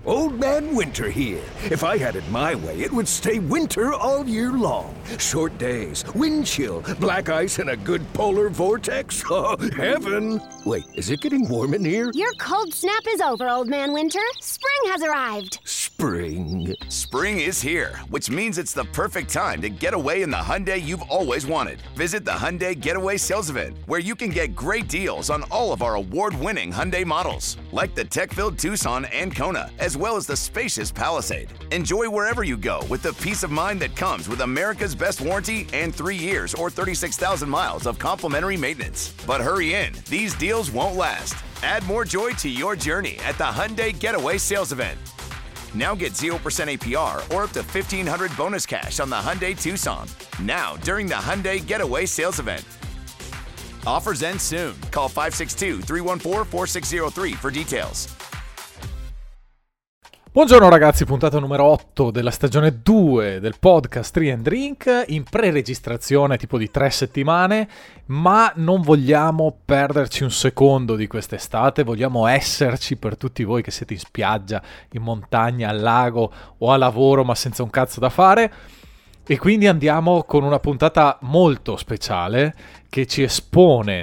Old Man Winter here. If I had it my way, it would stay winter all year long. Short days, wind chill, black ice, and a good polar vortex. Oh, heaven! Wait, is it getting warm in here? Your cold snap is over, Old Man Winter. Spring has arrived. Spring. Spring is here, which means it's the perfect time to get away in the Hyundai you've always wanted. Visit the Hyundai Getaway Sales Event, where you can get great deals on all of our award-winning Hyundai models, like the tech-filled Tucson and Kona, as well as the spacious Palisade. Enjoy wherever you go with the peace of mind that comes with America's best warranty and 3 years or 36,000 miles of complimentary maintenance. But hurry in, these deals won't last. Add more joy to your journey at the Hyundai Getaway Sales Event. Now get 0% APR or up to $1,500 bonus cash on the Hyundai Tucson. Now, during the Hyundai Getaway Sales Event. Offers end soon. Call 562-314-4603 for details. Buongiorno ragazzi, puntata numero 8 della stagione 2 del podcast 3 and Drink, in pre-registrazione tipo di 3 settimane, ma non vogliamo perderci un secondo di quest'estate, vogliamo esserci per tutti voi che siete in spiaggia, in montagna, al lago o a lavoro ma senza un cazzo da fare, e quindi andiamo con una puntata molto speciale che ci espone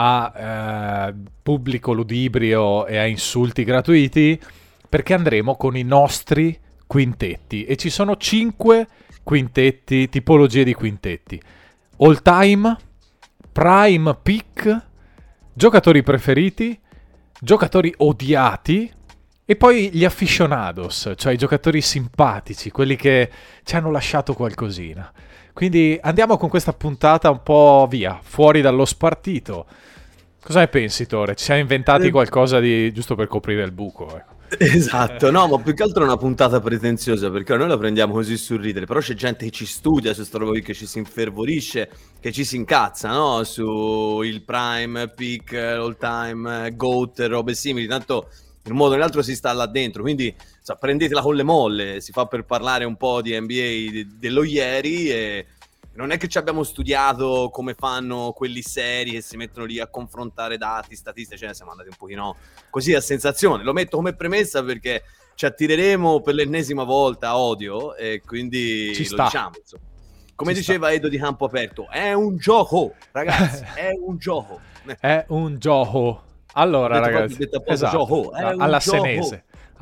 a pubblico ludibrio e a insulti gratuiti, perché andremo con i nostri quintetti e ci sono 5 quintetti, tipologie di quintetti: all time, prime pick, giocatori preferiti, giocatori odiati e poi gli aficionados, cioè i giocatori simpatici, quelli che ci hanno lasciato qualcosina. Quindi andiamo con questa puntata un po' via, fuori dallo spartito. Cosa ne pensi, Tore? Ci siamo inventati qualcosa di giusto per coprire il buco, ecco. Esatto, no, ma più che altro è una puntata pretenziosa, perché noi la prendiamo così sul ridere, però c'è gente che ci studia su sta roba qui, che ci si infervorisce, che ci si incazza, no? Su il prime, pick, all time, goat, robe simili, tanto in un modo o nell'altro si sta là dentro, quindi prendetela con le molle, si fa per parlare un po' di NBA dello ieri, e non è che ci abbiamo studiato come fanno quelli seri che si mettono lì a confrontare dati, statistiche, ce ne siamo andati un pochino così a sensazione. Lo metto come premessa perché ci attireremo per l'ennesima volta a odio e quindi ci lo sta. diciamo. Insomma. Come ci diceva sta. Edo di Campo Aperto, è un gioco, ragazzi, è un gioco. È un gioco. Allora, ragazzi, esatto, gioco, alla senese.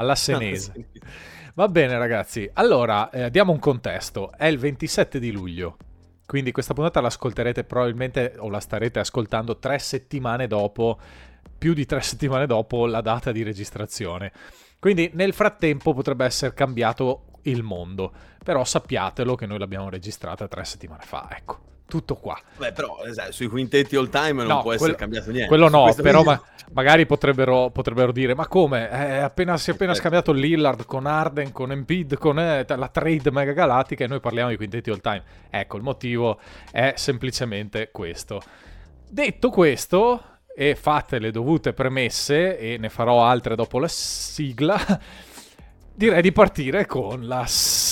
Va bene, ragazzi. Allora, diamo un contesto. È il 27 di luglio. Quindi questa puntata l'ascolterete probabilmente, o la starete ascoltando 3 settimane dopo, più di 3 settimane dopo la data di registrazione. Quindi nel frattempo potrebbe essere cambiato il mondo, però sappiatelo che noi l'abbiamo registrata 3 settimane fa, ecco. Tutto qua. Beh, però sui quintetti all time non può essere cambiato niente. Quello no, però video... magari potrebbero dire: ma come? Si è appena scambiato Lillard con Harden, con Embiid, con la trade mega galattica, e noi parliamo di quintetti all time. Ecco, il motivo è semplicemente questo. Detto questo, e fatte le dovute premesse, e ne farò altre dopo la sigla, direi di partire con la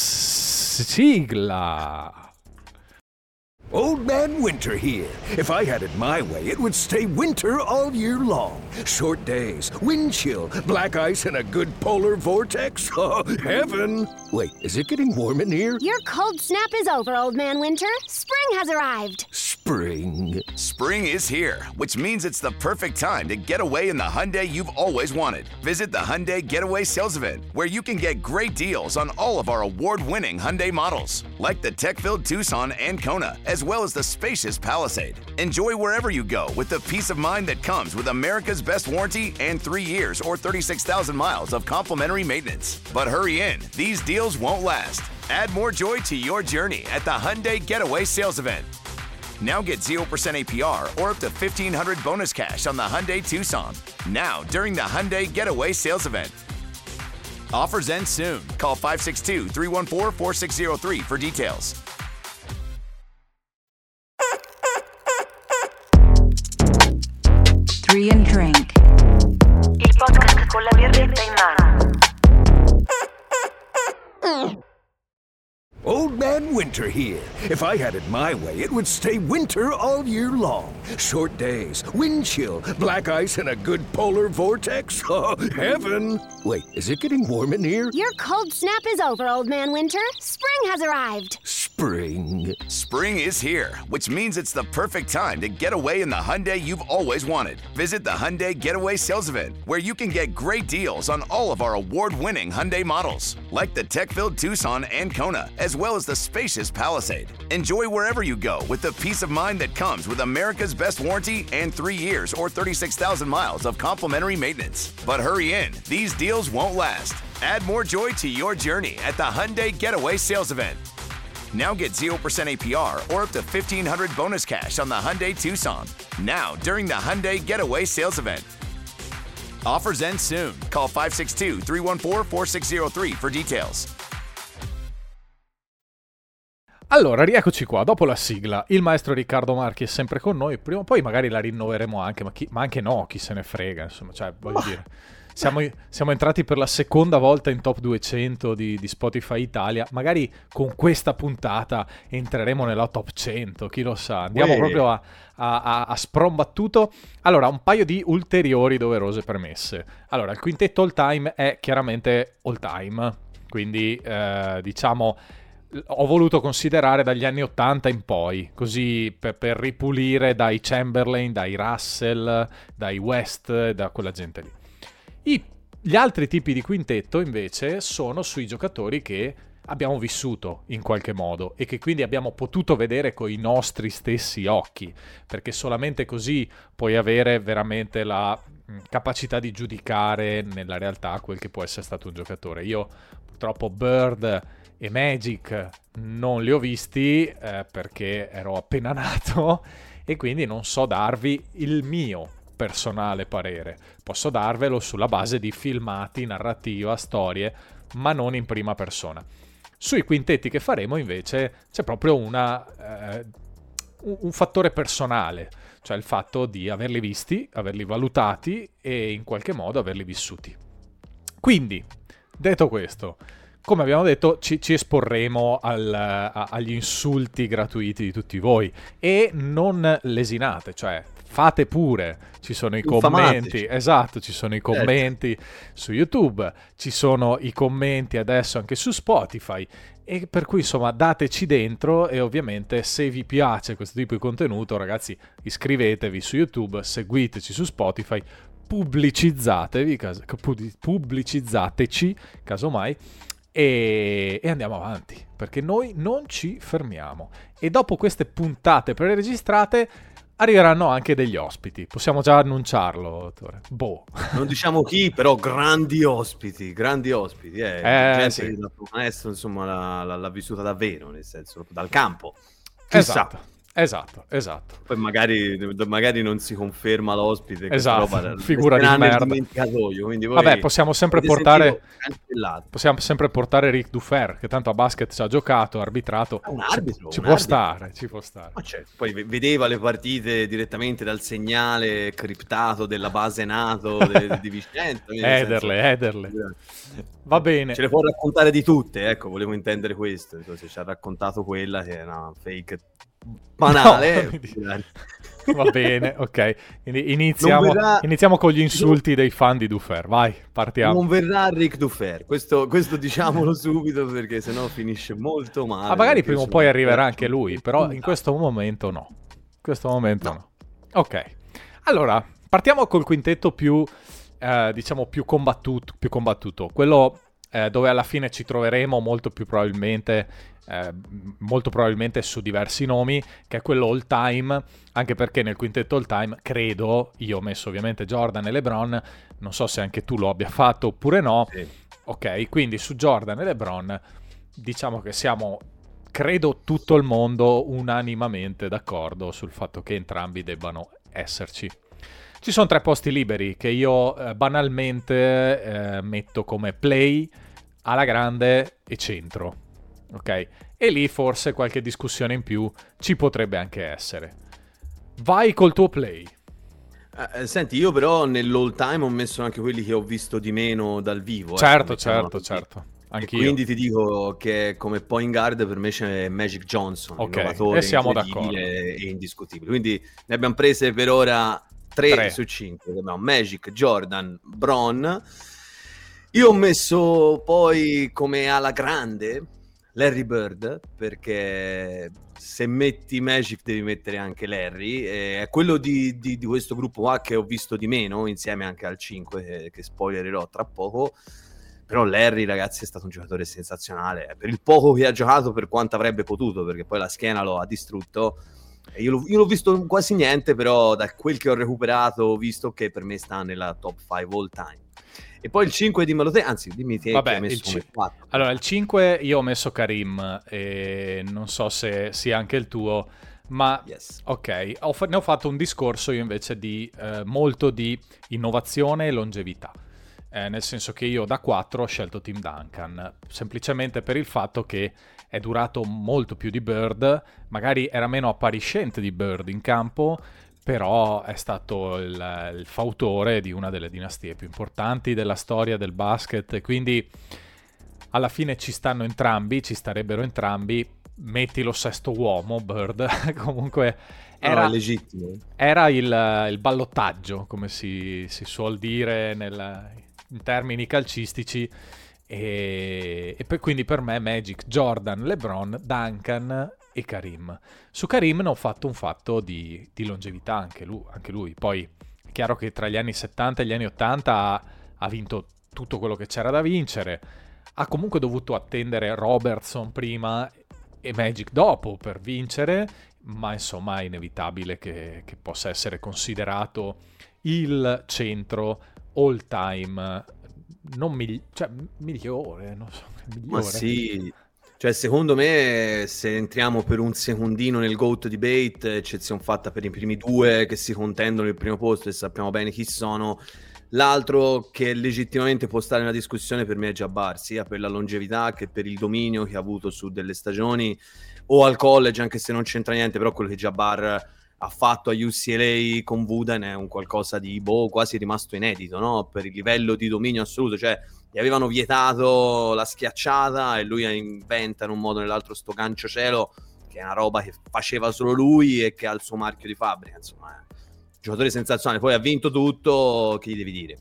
sigla. Old Man Winter here. If I had it my way, it would stay winter all year long. Short days, wind chill, black ice, and a good polar vortex. Oh, heaven! Wait, is it getting warm in here? Your cold snap is over, Old Man Winter. Spring has arrived. Spring. Spring is here, which means it's the perfect time to get away in the Hyundai you've always wanted. Visit the Hyundai Getaway Sales Event, where you can get great deals on all of our award-winning Hyundai models, like the tech-filled Tucson and Kona, as well as the spacious Palisade. Enjoy wherever you go with the peace of mind that comes with America's best warranty and 3 years or 36,000 miles of complimentary maintenance. But hurry in, these deals won't last. Add more joy to your journey at the Hyundai Getaway Sales Event. Now get 0% APR or up to $1,500 bonus cash on the Hyundai Tucson. Now, during the Hyundai Getaway Sales Event. Offers end soon. Call 562-314-4603 for details. Three and Drink. Il podcast con la birretta in mano. Old Old Man Winter here. If I had it my way, it would stay winter all year long. Short days, wind chill, black ice, and a good polar vortex. Oh, heaven! Wait, is it getting warm in here? Your cold snap is over, Old Man Winter. Spring has arrived. Spring. Spring is here, which means it's the perfect time to get away in the Hyundai you've always wanted. Visit the Hyundai Getaway Sales Event, where you can get great deals on all of our award-winning Hyundai models, like the tech-filled Tucson and Kona, as well as the spacious Palisade. Enjoy wherever you go with the peace of mind that comes with America's best warranty and 3 years or 36,000 miles of complimentary maintenance. But hurry in, these deals won't last. Add more joy to your journey at the Hyundai Getaway Sales Event. Now get 0% APR or up to $1,500 bonus cash on the Hyundai Tucson. Now, during the Hyundai Getaway Sales Event. Offers end soon. Call 562-314-4603 for details. Allora, rieccoci qua, dopo la sigla, il maestro Riccardo Marchi è sempre con noi, prima o poi magari la rinnoveremo anche, ma anche no, chi se ne frega, insomma, cioè, voglio dire, siamo entrati per la seconda volta in top 200 di Spotify Italia, magari con questa puntata entreremo nella top 100, chi lo sa, andiamo proprio a sprombattuto. Allora, un paio di ulteriori doverose premesse. Allora, il quintetto all time è chiaramente all time, quindi diciamo... ho voluto considerare dagli anni 80 in poi, così per ripulire dai Chamberlain, dai Russell, dai West, da quella gente lì. Gli altri tipi di quintetto invece sono sui giocatori che abbiamo vissuto in qualche modo e che quindi abbiamo potuto vedere con i nostri stessi occhi, perché solamente così puoi avere veramente la capacità di giudicare nella realtà quel che può essere stato un giocatore. Io purtroppo Bird e Magic non li ho visti perché ero appena nato e quindi non so darvi il mio personale parere. Posso darvelo sulla base di filmati, narrativa, storie, ma non in prima persona. Sui quintetti che faremo invece c'è proprio un fattore personale, cioè il fatto di averli visti, averli valutati e in qualche modo averli vissuti. Quindi, detto questo, come abbiamo detto, ci esporremo agli insulti gratuiti di tutti voi e non lesinate, cioè fate pure, ci sono i commenti, esatto, ci sono i commenti su YouTube, ci sono i commenti adesso anche su Spotify e per cui insomma dateci dentro e ovviamente se vi piace questo tipo di contenuto ragazzi iscrivetevi su YouTube, seguiteci su Spotify, pubblicizzateci casomai e andiamo avanti perché noi non ci fermiamo e dopo queste puntate preregistrate arriveranno anche degli ospiti, possiamo già annunciarlo, dottore. Non diciamo chi, però grandi ospiti, gente sì. che il maestro insomma l'ha vissuta davvero, nel senso dal campo. Chissà. Esatto. Poi magari non si conferma l'ospite. Esatto, figura di merda. Quindi vabbè, possiamo sempre portare Rick Dufer, che tanto a basket ci ha giocato, ha arbitrato. Un arbitro. Ci può stare. Ma certo, poi vedeva le partite direttamente dal segnale criptato della base NATO di Vicenza. Ederle. Va bene. Ce le può raccontare di tutte, ecco, volevo intendere questo. Se ci ha raccontato quella che è una fake banale. No, va bene, ok. Quindi iniziamo con gli insulti dei fan di Dufer. Vai, partiamo. Non verrà Rick Dufer, questo diciamolo subito perché sennò finisce molto male. Ma magari prima o poi arriverà anche lui, però in questo momento no. No. Ok. Allora, partiamo col quintetto più combattuto. Quello dove alla fine ci troveremo molto probabilmente su diversi nomi, che è quello all time, anche perché nel quintetto all time credo, io ho messo ovviamente Jordan e LeBron, non so se anche tu lo abbia fatto oppure no. Sì. Ok, quindi su Jordan e LeBron diciamo che siamo, credo, tutto il mondo unanimamente d'accordo sul fatto che entrambi debbano esserci. Ci sono 3 posti liberi che io banalmente metto come play, alla grande e centro. Ok? E lì forse qualche discussione in più ci potrebbe anche essere. Vai col tuo play. Senti, io però nell'all time ho messo anche quelli che ho visto di meno dal vivo. Certo. anch'io. E quindi ti dico che come point guard per me c'è Magic Johnson, Ok, innovatore, e siamo incredibile e indiscutibile. Quindi ne abbiamo prese per ora 3 su 5. Abbiamo Magic, Jordan, Bron. Io ho messo poi come ala grande Larry Bird, perché se metti Magic devi mettere anche Larry. È quello di questo gruppo qua che ho visto di meno, insieme anche al 5, che spoilererò tra poco. Però Larry, ragazzi, è stato un giocatore sensazionale per il poco che ha giocato, per quanto avrebbe potuto, perché poi la schiena lo ha distrutto. E io l'ho visto quasi niente, però da quel che ho recuperato ho visto che per me sta nella top 5 all time. E poi il 5 dimmelo te, anzi dimmi te. Vabbè, che hai messo come 4. Allora, il 5 io ho messo Karim, e non so se sia anche il tuo, ma Yes. ok, ne ho fatto un discorso io invece di molto di innovazione e longevità. Nel senso che io da 4 ho scelto Tim Duncan, semplicemente per il fatto che è durato molto più di Bird, magari era meno appariscente di Bird in campo, però è stato il fautore di una delle dinastie più importanti della storia del basket, e quindi alla fine ci stanno entrambi, ci starebbero entrambi. Metti lo sesto uomo, Bird, comunque Era legittimo. era il ballottaggio, come si suol dire in termini calcistici, e quindi per me Magic, Jordan, LeBron, Duncan e Karim. Su Karim ne ho fatto un fatto di longevità anche lui. Poi è chiaro che tra gli anni 70 e gli anni 80 ha vinto tutto quello che c'era da vincere, ha comunque dovuto attendere Robertson prima e Magic dopo per vincere, ma insomma è inevitabile che possa essere considerato il centro all time, migliore, non so, migliore. Ma sì, cioè secondo me se entriamo per un secondino nel GOAT debate, eccezione fatta per i primi due che si contendono il primo posto e sappiamo bene chi sono, l'altro che legittimamente può stare nella discussione per me è Jabbar, sia per la longevità che per il dominio che ha avuto su delle stagioni o al college, anche se non c'entra niente, però quello che Jabbar ha fatto a UCLA con Wooden è un qualcosa di quasi rimasto inedito, no? Per il livello di dominio assoluto, cioè gli avevano vietato la schiacciata e lui inventa in un modo o nell'altro sto gancio cielo, che è una roba che faceva solo lui e che ha il suo marchio di fabbrica, insomma, è un giocatore sensazionale. Poi ha vinto tutto, che gli devi dire?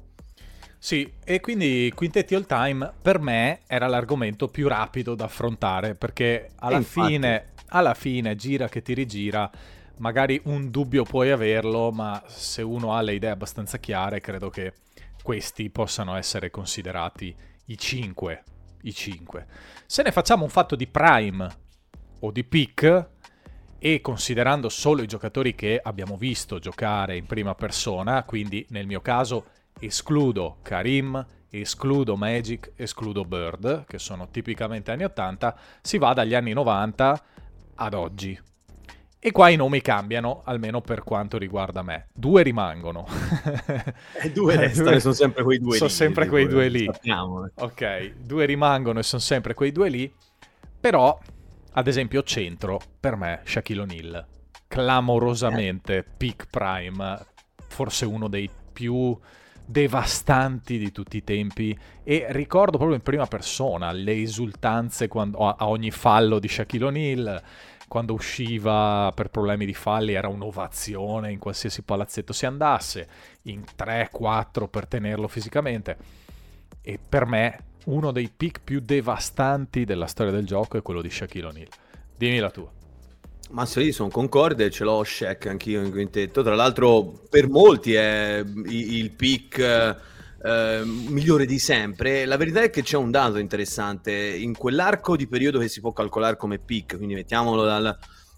Sì, e quindi quintetti all time per me era l'argomento più rapido da affrontare, perché alla fine gira che ti rigira, magari un dubbio puoi averlo, ma se uno ha le idee abbastanza chiare credo che questi possano essere considerati i 5. Se ne facciamo un fatto di prime o di peak, e considerando solo i giocatori che abbiamo visto giocare in prima persona, quindi nel mio caso escludo Karim, escludo Magic, escludo Bird, che sono tipicamente anni 80, si va dagli anni 90 ad oggi. E qua i nomi cambiano, almeno per quanto riguarda me. 2 rimangono. E 2 restano, sono sempre quei due lì. Sono sempre quei 2 lì. Sappiamo. Ok, 2 rimangono e sono sempre quei 2 lì. Però, ad esempio, centro, per me, Shaquille O'Neal. Clamorosamente peak prime. Forse uno dei più devastanti di tutti i tempi, e ricordo proprio in prima persona le esultanze a ogni fallo di Shaquille O'Neal. Quando usciva per problemi di falli era un'ovazione in qualsiasi palazzetto si andasse, in 3-4 per tenerlo fisicamente. E per me uno dei pick più devastanti della storia del gioco è quello di Shaquille O'Neal. Dimmi la tua. Ma sì, sono concorde, ce l'ho Shaq anch'io in quintetto. Tra l'altro per molti è il pick migliore di sempre. La verità è che c'è un dato interessante in quell'arco di periodo che si può calcolare come peak, quindi mettiamolo dal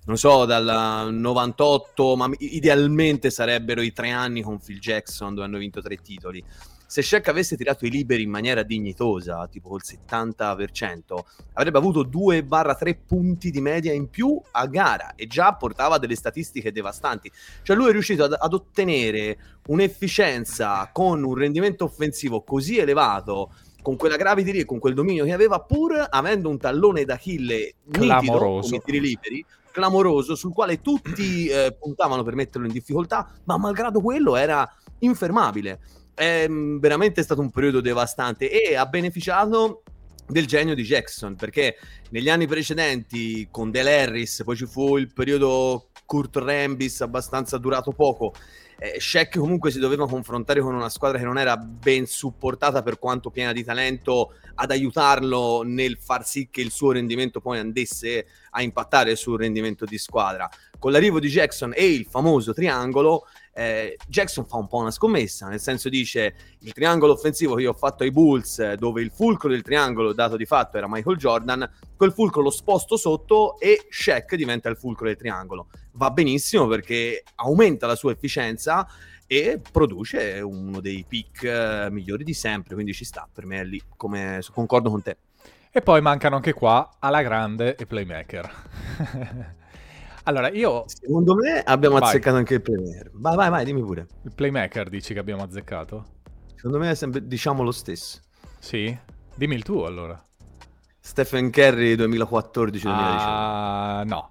98, ma idealmente sarebbero i 3 anni con Phil Jackson dove hanno vinto 3 titoli. Se Shaq avesse tirato i liberi in maniera dignitosa, tipo col 70%, avrebbe avuto 2-3 punti di media in più a gara e già portava delle statistiche devastanti. Cioè lui è riuscito ad ottenere un'efficienza con un rendimento offensivo così elevato, con quella gravity lì e con quel dominio che aveva, pur avendo un tallone d'Achille nitido come tiri liberi, clamoroso, sul quale tutti puntavano per metterlo in difficoltà, ma malgrado quello era infermabile. È veramente stato un periodo devastante e ha beneficiato del genio di Jackson, perché negli anni precedenti con Del Harris, poi ci fu il periodo Kurt Rambis abbastanza durato poco, Shaq comunque si doveva confrontare con una squadra che non era ben supportata per quanto piena di talento ad aiutarlo nel far sì che il suo rendimento poi andasse a impattare sul rendimento di squadra. Con l'arrivo di Jackson e il famoso triangolo, Jackson fa un po' una scommessa, nel senso dice: il triangolo offensivo che io ho fatto ai Bulls, dove il fulcro del triangolo dato di fatto era Michael Jordan, quel fulcro lo sposto sotto e Shaq diventa il fulcro del triangolo. Va benissimo perché aumenta la sua efficienza e produce uno dei pick migliori di sempre, quindi ci sta, per me è lì, come concordo con te. E poi mancano anche qua alla grande e playmaker. Allora, io... Secondo me abbiamo Vai. azzeccato anche il playmaker. Vai, dimmi pure. Il playmaker dici che abbiamo azzeccato? Secondo me è sempre, diciamo, lo stesso. Sì? Dimmi il tuo allora. Stephen Curry 2014-2018. Ah, no.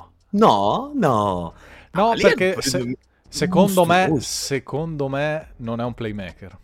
No. No, Lì perché è secondo mostruoso. me non è un playmaker.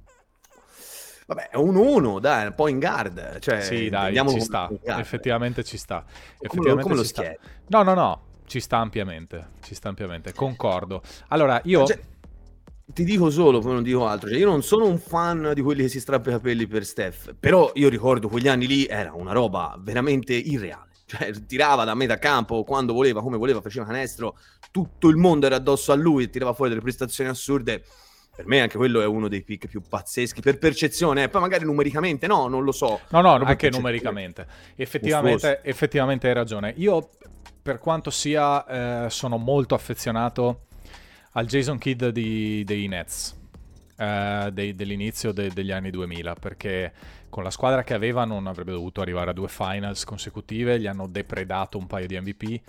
Vabbè, è 1-1, dai, un po' in guard. Cioè, Sì, dai, andiamo ci con sta. in guard. Effettivamente ci sta. Come lo ci sta. schieri? No. Ci sta ampiamente. Concordo. Allora, io... Cioè, ti dico solo, poi non dico altro. Cioè, io non sono un fan di quelli che si strappa i capelli per Steph, però io ricordo quegli anni lì era una roba veramente irreale. Cioè, tirava da metà campo quando voleva, come voleva, faceva canestro, tutto il mondo era addosso a lui e tirava fuori delle prestazioni assurde. Per me anche quello è uno dei pick più pazzeschi per percezione, poi magari numericamente no, non lo so. No, Però per anche percezione. numericamente. Effettivamente hai ragione. Io, per quanto sia, sono molto affezionato al Jason Kidd dei Nets, dell'inizio degli anni 2000, perché con la squadra che aveva non avrebbe dovuto arrivare a 2 finals consecutive, gli hanno depredato un paio di MVP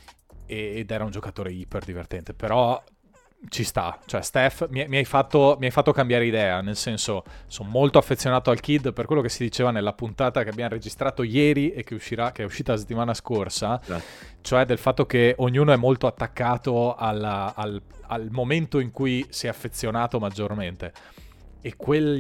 ed era un giocatore iper divertente, però ci sta, cioè Steph mi hai fatto cambiare idea, nel senso sono molto affezionato al Kid per quello che si diceva nella puntata che abbiamo registrato ieri e che è uscita la settimana scorsa, cioè del fatto che ognuno è molto attaccato al momento in cui si è affezionato maggiormente, e quei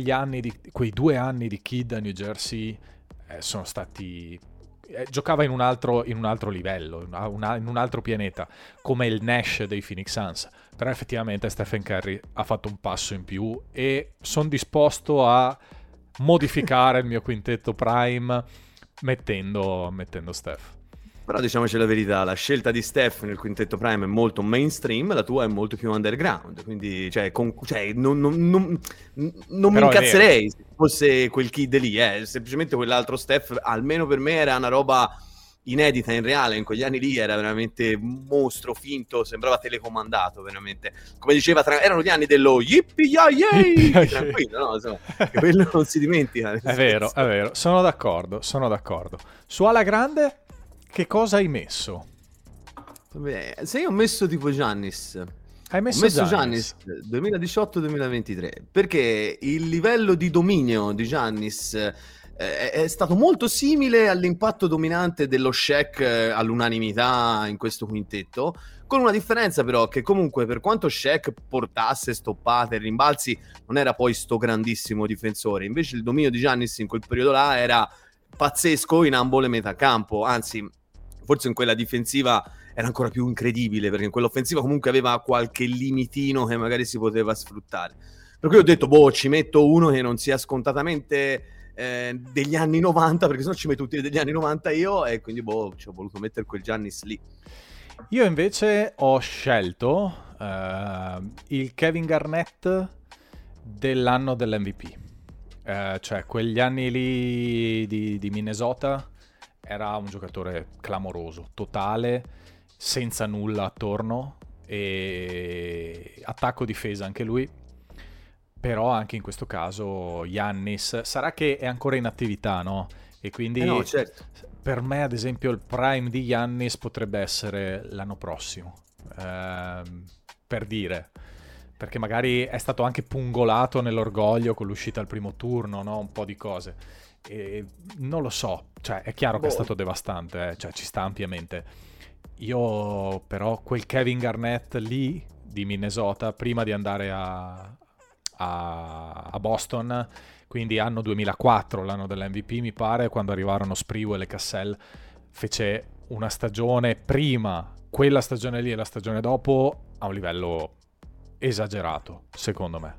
2 anni di Kid a New Jersey sono stati... giocava in un altro livello, in un altro pianeta, come il Nash dei Phoenix Suns. Però effettivamente Stephen Curry ha fatto un passo in più e sono disposto a modificare il mio quintetto prime mettendo Steph. Però diciamoci la verità, la scelta di Steph nel quintetto prime è molto mainstream, la tua è molto più underground, quindi non mi incazzerei se fosse quel Kid lì, semplicemente quell'altro Steph, almeno per me era una roba inedita in reale, in quegli anni lì era veramente un mostro finto, sembrava telecomandato veramente, come diceva, erano gli anni dello yippee-yay, tranquillo, no? Insomma, che quello non si dimentica. È vero, sono d'accordo. Su Alla Grande che cosa hai messo? Beh, se io ho messo tipo Giannis, Hai messo Giannis 2018-2023 perché il livello di dominio di Giannis è stato molto simile all'impatto dominante dello Shaq all'unanimità in questo quintetto, con una differenza però che comunque per quanto Shaq portasse stoppate e rimbalzi non era poi sto grandissimo difensore, invece il dominio di Giannis in quel periodo là era pazzesco in ambo le metà campo, anzi forse in quella difensiva era ancora più incredibile, perché in quell'offensiva comunque aveva qualche limitino che magari si poteva sfruttare. Per cui ho detto, ci metto uno che non sia scontatamente degli anni 90, perché sennò ci metto tutti degli anni 90 io, e quindi ci ho voluto mettere quel Giannis lì. Io invece ho scelto il Kevin Garnett dell'anno dell'MVP. Cioè quegli anni lì di Minnesota era un giocatore clamoroso, totale, senza nulla attorno, e attacco-difesa anche lui. Però anche in questo caso Giannis sarà che è ancora in attività, no? E quindi no, certo. Per me ad esempio il prime di Giannis potrebbe essere l'anno prossimo, per dire, perché magari è stato anche pungolato nell'orgoglio con l'uscita al primo turno, no? Un po' di cose, e non lo so, cioè è chiaro che è stato devastante, cioè ci sta ampiamente. Io però quel Kevin Garnett lì di Minnesota, prima di andare a Boston, quindi anno 2004, l'anno dell'MVP mi pare, quando arrivarono Sprewell e Cassell, fece una stagione prima, quella stagione lì e la stagione dopo, a un livello esagerato, secondo me.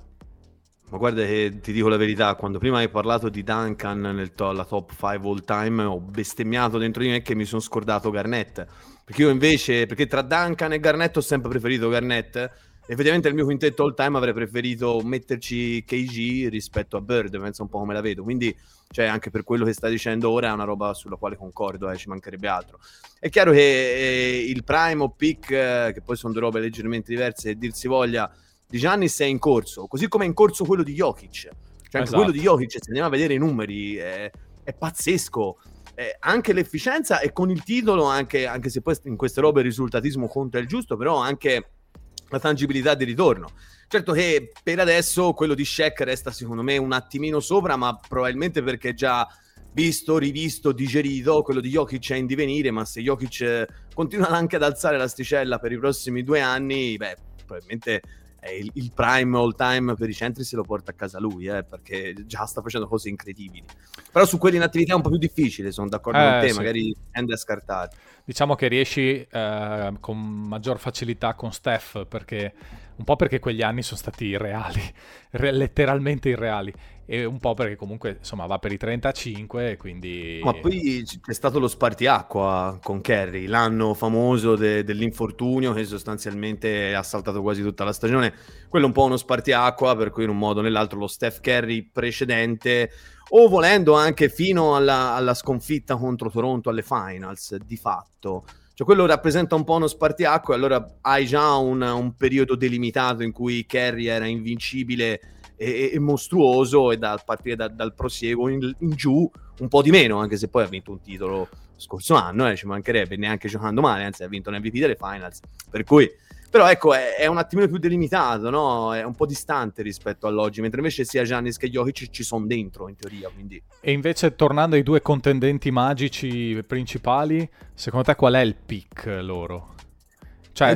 Ma guarda che ti dico la verità, quando prima hai parlato di Duncan la top 5 all time, ho bestemmiato dentro di me che mi sono scordato Garnett, perché io invece, perché tra Duncan e Garnett ho sempre preferito Garnett, effettivamente il mio quintetto all time avrei preferito metterci KG rispetto a Bird, penso un po' come la vedo, quindi cioè, anche per quello che stai dicendo ora è una roba sulla quale concordo, ci mancherebbe altro. È chiaro che il prime o pick, che poi sono due robe leggermente diverse, e dir si voglia, di Giannis è in corso, così come è in corso quello di Jokic, cioè anche Esatto. quello di Jokic, se andiamo a vedere i numeri, è pazzesco, anche l'efficienza, e con il titolo, anche se poi in queste robe il risultatismo conta il giusto, però anche la tangibilità di ritorno. Certo che per adesso quello di Shaq resta secondo me un attimino sopra, ma probabilmente perché già visto, rivisto, digerito. Quello di Jokic è in divenire, ma se Jokic continua anche ad alzare l'asticella per i prossimi 2 anni, beh, probabilmente il prime all time per i centri se lo porta a casa lui, perché già sta facendo cose incredibili. Però su quelli in attività è un po' più difficile, sono d'accordo con te, sì. magari tende a scartare. Diciamo che riesci con maggior facilità con Steph, perché un po' perché quegli anni sono stati irreali, letteralmente irreali, e un po' perché comunque insomma va per i 35, quindi... Ma poi c'è stato lo spartiacqua con Curry, l'anno famoso dell'infortunio che sostanzialmente ha saltato quasi tutta la stagione. Quello è un po' uno spartiacqua, per cui in un modo o nell'altro lo Steph Curry precedente, o volendo anche fino alla sconfitta contro Toronto alle finals, di fatto. Cioè quello rappresenta un po' uno spartiacque, allora hai già un periodo delimitato in cui Curry era invincibile e mostruoso, e da partire dal prosieguo in giù un po' di meno, anche se poi ha vinto un titolo scorso anno, ci mancherebbe, neanche giocando male, anzi ha vinto un MVP delle finals, per cui però ecco è un attimino più delimitato, no? È un po' distante rispetto all'oggi, mentre invece sia Giannis che Jokic ci sono dentro in teoria, quindi. E invece tornando ai due contendenti magici principali, secondo te qual è il pick loro? Cioè,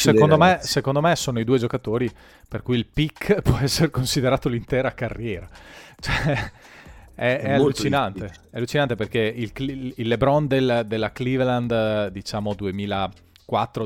secondo me sono i due giocatori per cui il pick può essere considerato l'intera carriera. Cioè, è allucinante. Difficile. È allucinante perché il LeBron della Cleveland, diciamo 2004,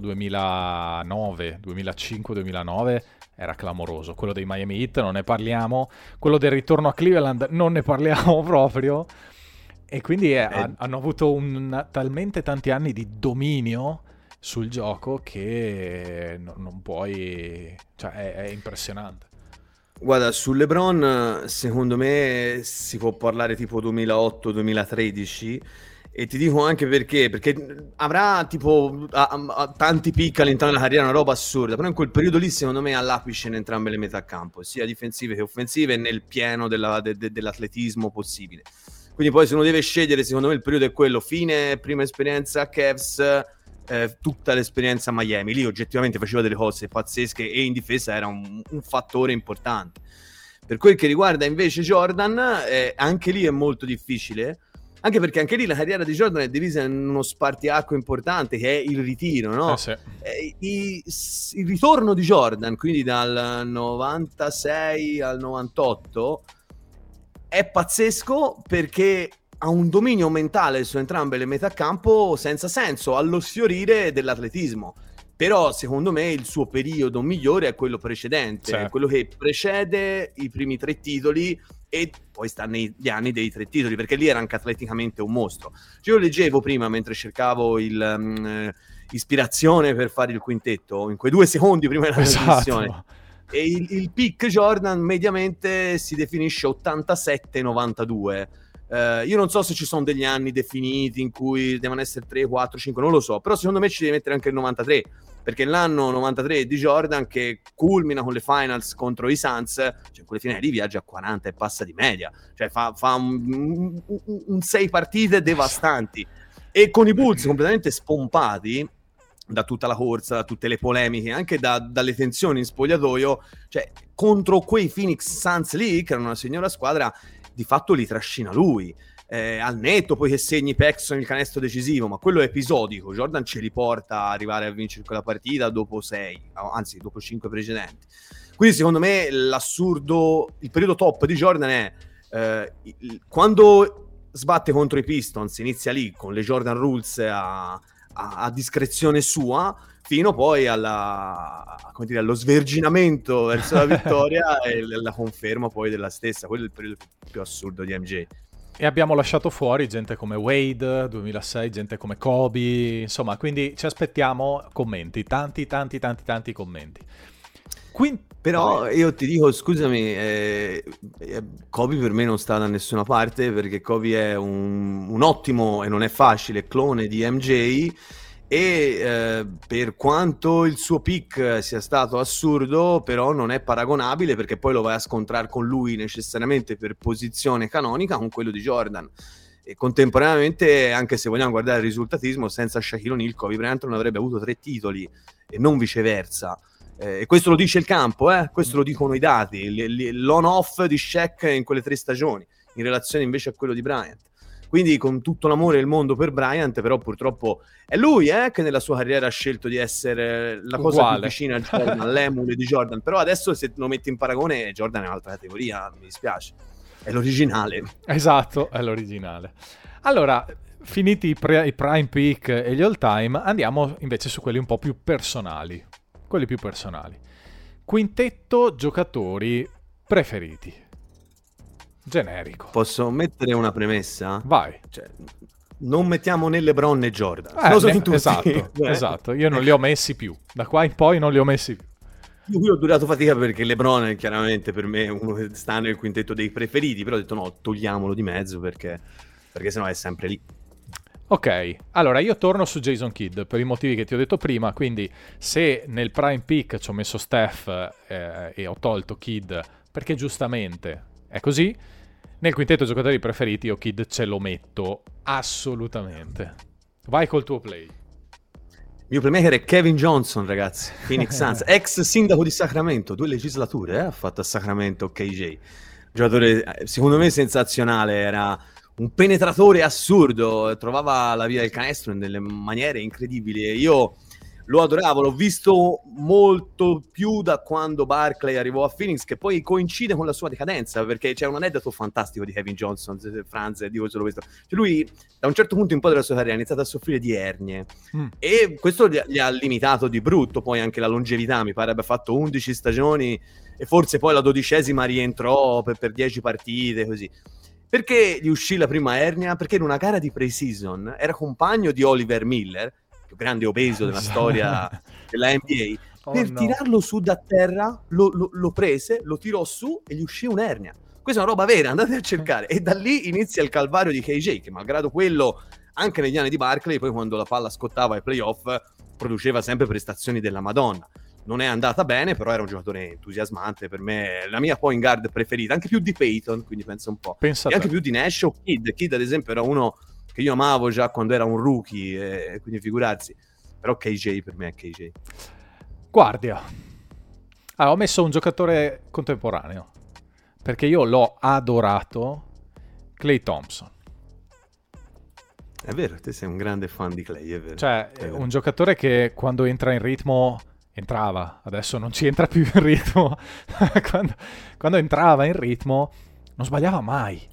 2009, 2005, 2009 era clamoroso. Quello dei Miami Heat non ne parliamo. Quello del ritorno a Cleveland non ne parliamo proprio. E quindi hanno avuto talmente tanti anni di dominio sul gioco che non puoi, cioè è impressionante. Guarda, su LeBron secondo me si può parlare tipo 2008-2013, e ti dico anche perché avrà tipo tanti pick all'interno della carriera, una roba assurda, però in quel periodo lì secondo me all'apice in entrambe le metà campo, sia difensive che offensive, nel pieno dell'atletismo possibile. Quindi poi se uno deve scegliere, secondo me il periodo è quello, fine prima esperienza Cavs, tutta l'esperienza a Miami. Lì oggettivamente faceva delle cose pazzesche e in difesa era un fattore importante. Per quel che riguarda invece Jordan, anche lì è molto difficile, anche perché anche lì la carriera di Jordan è divisa in uno spartiacque importante che è il ritiro, no? Sì. Il ritorno di Jordan, quindi dal 96 al 98, è pazzesco perché ha un dominio mentale su entrambe le metà campo senza senso, allo sfiorire dell'atletismo. Però secondo me il suo periodo migliore è quello precedente, sì, quello che precede i primi 3 titoli e poi sta negli anni dei 3 titoli, perché lì era anche atleticamente un mostro. Io leggevo prima, mentre cercavo ispirazione per fare il quintetto, in quei 2 secondi prima della trasmissione, e il pick Jordan mediamente si definisce 87-92. Io non so se ci sono degli anni definiti in cui devono essere 3, 4, 5, non lo so, però secondo me ci devi mettere anche il 93, perché l'anno 93 di Jordan, che culmina con le finals contro i Suns, cioè quelle finali lì viaggia a 40 e passa di media, cioè fa un 6 partite devastanti, e con i Bulls completamente spompati da tutta la corsa, da tutte le polemiche, anche dalle tensioni in spogliatoio, cioè contro quei Phoenix Suns lì, che erano una signora squadra, di fatto li trascina lui, al netto poi che segni Paxson il canestro decisivo, ma quello è episodico. Jordan ce li porta a arrivare a vincere quella partita dopo 6, anzi dopo 5 precedenti. Quindi secondo me l'assurdo, il periodo top di Jordan è quando sbatte contro i Pistons inizia lì con le Jordan Rules a discrezione sua, fino poi allo sverginamento verso la vittoria e la conferma poi della stessa. Quello è il periodo più assurdo di MJ. E abbiamo lasciato fuori gente come Wade 2006, gente come Kobe, insomma, quindi ci aspettiamo commenti, tanti commenti. Però io ti dico, scusami, Kobe per me non sta da nessuna parte, perché Kobe è un ottimo e non è facile clone di MJ, e per quanto il suo pick sia stato assurdo, però non è paragonabile, perché poi lo vai a scontrare con lui necessariamente per posizione canonica con quello di Jordan. E contemporaneamente, anche se vogliamo guardare il risultatismo, senza Shaquille O'Neal Kobe Bryant non avrebbe avuto 3 titoli e non viceversa. E questo lo dice il campo, questo lo dicono i dati, l'on-off di Shaq in quelle 3 stagioni, in relazione invece a quello di Bryant. Quindi con tutto l'amore del mondo per Bryant, però purtroppo è lui che nella sua carriera ha scelto di essere la cosa più vicina a Jordan, all'emule di Jordan. Però adesso, se lo metti in paragone, Jordan è un'altra categoria, mi dispiace. È l'originale. Esatto, è l'originale. Allora, finiti i prime pick e gli all time, andiamo invece su quelli un po' più personali. Quelli più personali. Quintetto giocatori preferiti. Generico. Posso mettere una premessa? Vai. Cioè, non mettiamo né LeBron né Jordan. Lo sono tutti. Esatto. Io non li ho messi più. Da qua in poi non li ho messi più. Io ho durato fatica perché LeBron è chiaramente per me uno che sta nel quintetto dei preferiti, però ho detto no, togliamolo di mezzo perché sennò è sempre lì. Ok, allora io torno su Jason Kidd per i motivi che ti ho detto prima, quindi se nel prime pick ci ho messo Steph e ho tolto Kidd perché giustamente è così, nel quintetto giocatori preferiti io Kidd ce lo metto assolutamente. Vai col tuo play. Il mio playmaker è Kevin Johnson, ragazzi, Phoenix Suns, ex sindaco di Sacramento, 2 legislature ha fatto a Sacramento KJ. Giocatore secondo me sensazionale, era un penetratore assurdo, trovava la via del canestro in delle maniere incredibili e io lo adoravo, l'ho visto molto più da quando Barkley arrivò a Phoenix, che poi coincide con la sua decadenza, perché c'è un aneddoto fantastico di Kevin Johnson, Franz, dico solo questo. Cioè lui da un certo punto in poi della sua carriera ha iniziato a soffrire di ernie e questo gli ha limitato di brutto poi anche la longevità, mi pare abbia fatto 11 stagioni e forse poi la 12ª rientrò per 10 partite, così. Perché gli uscì la prima ernia? Perché in una gara di pre-season era compagno di Oliver Miller, più grande obeso della storia della NBA, per tirarlo su da terra, lo prese, lo tirò su e gli uscì un'ernia. Questa è una roba vera, andate a cercare. E da lì inizia il calvario di KJ, che malgrado quello, anche negli anni di Barkley, poi quando la palla scottava ai playoff, produceva sempre prestazioni della Madonna. Non è andata bene, però era un giocatore entusiasmante, per me la mia point guard preferita, anche più di Peyton, quindi pensa un po'. E anche più di Nash o Kidd. Kidd ad esempio era uno che io amavo già quando era un rookie, quindi figurarsi. Però KJ per me è KJ. Guardia. Ho messo un giocatore contemporaneo, perché io l'ho adorato, Klay Thompson. È vero, te sei un grande fan di Klay, è vero. Cioè, è vero. Un giocatore che quando entra in ritmo... entrava, adesso non ci entra più in ritmo. quando entrava in ritmo non sbagliava mai,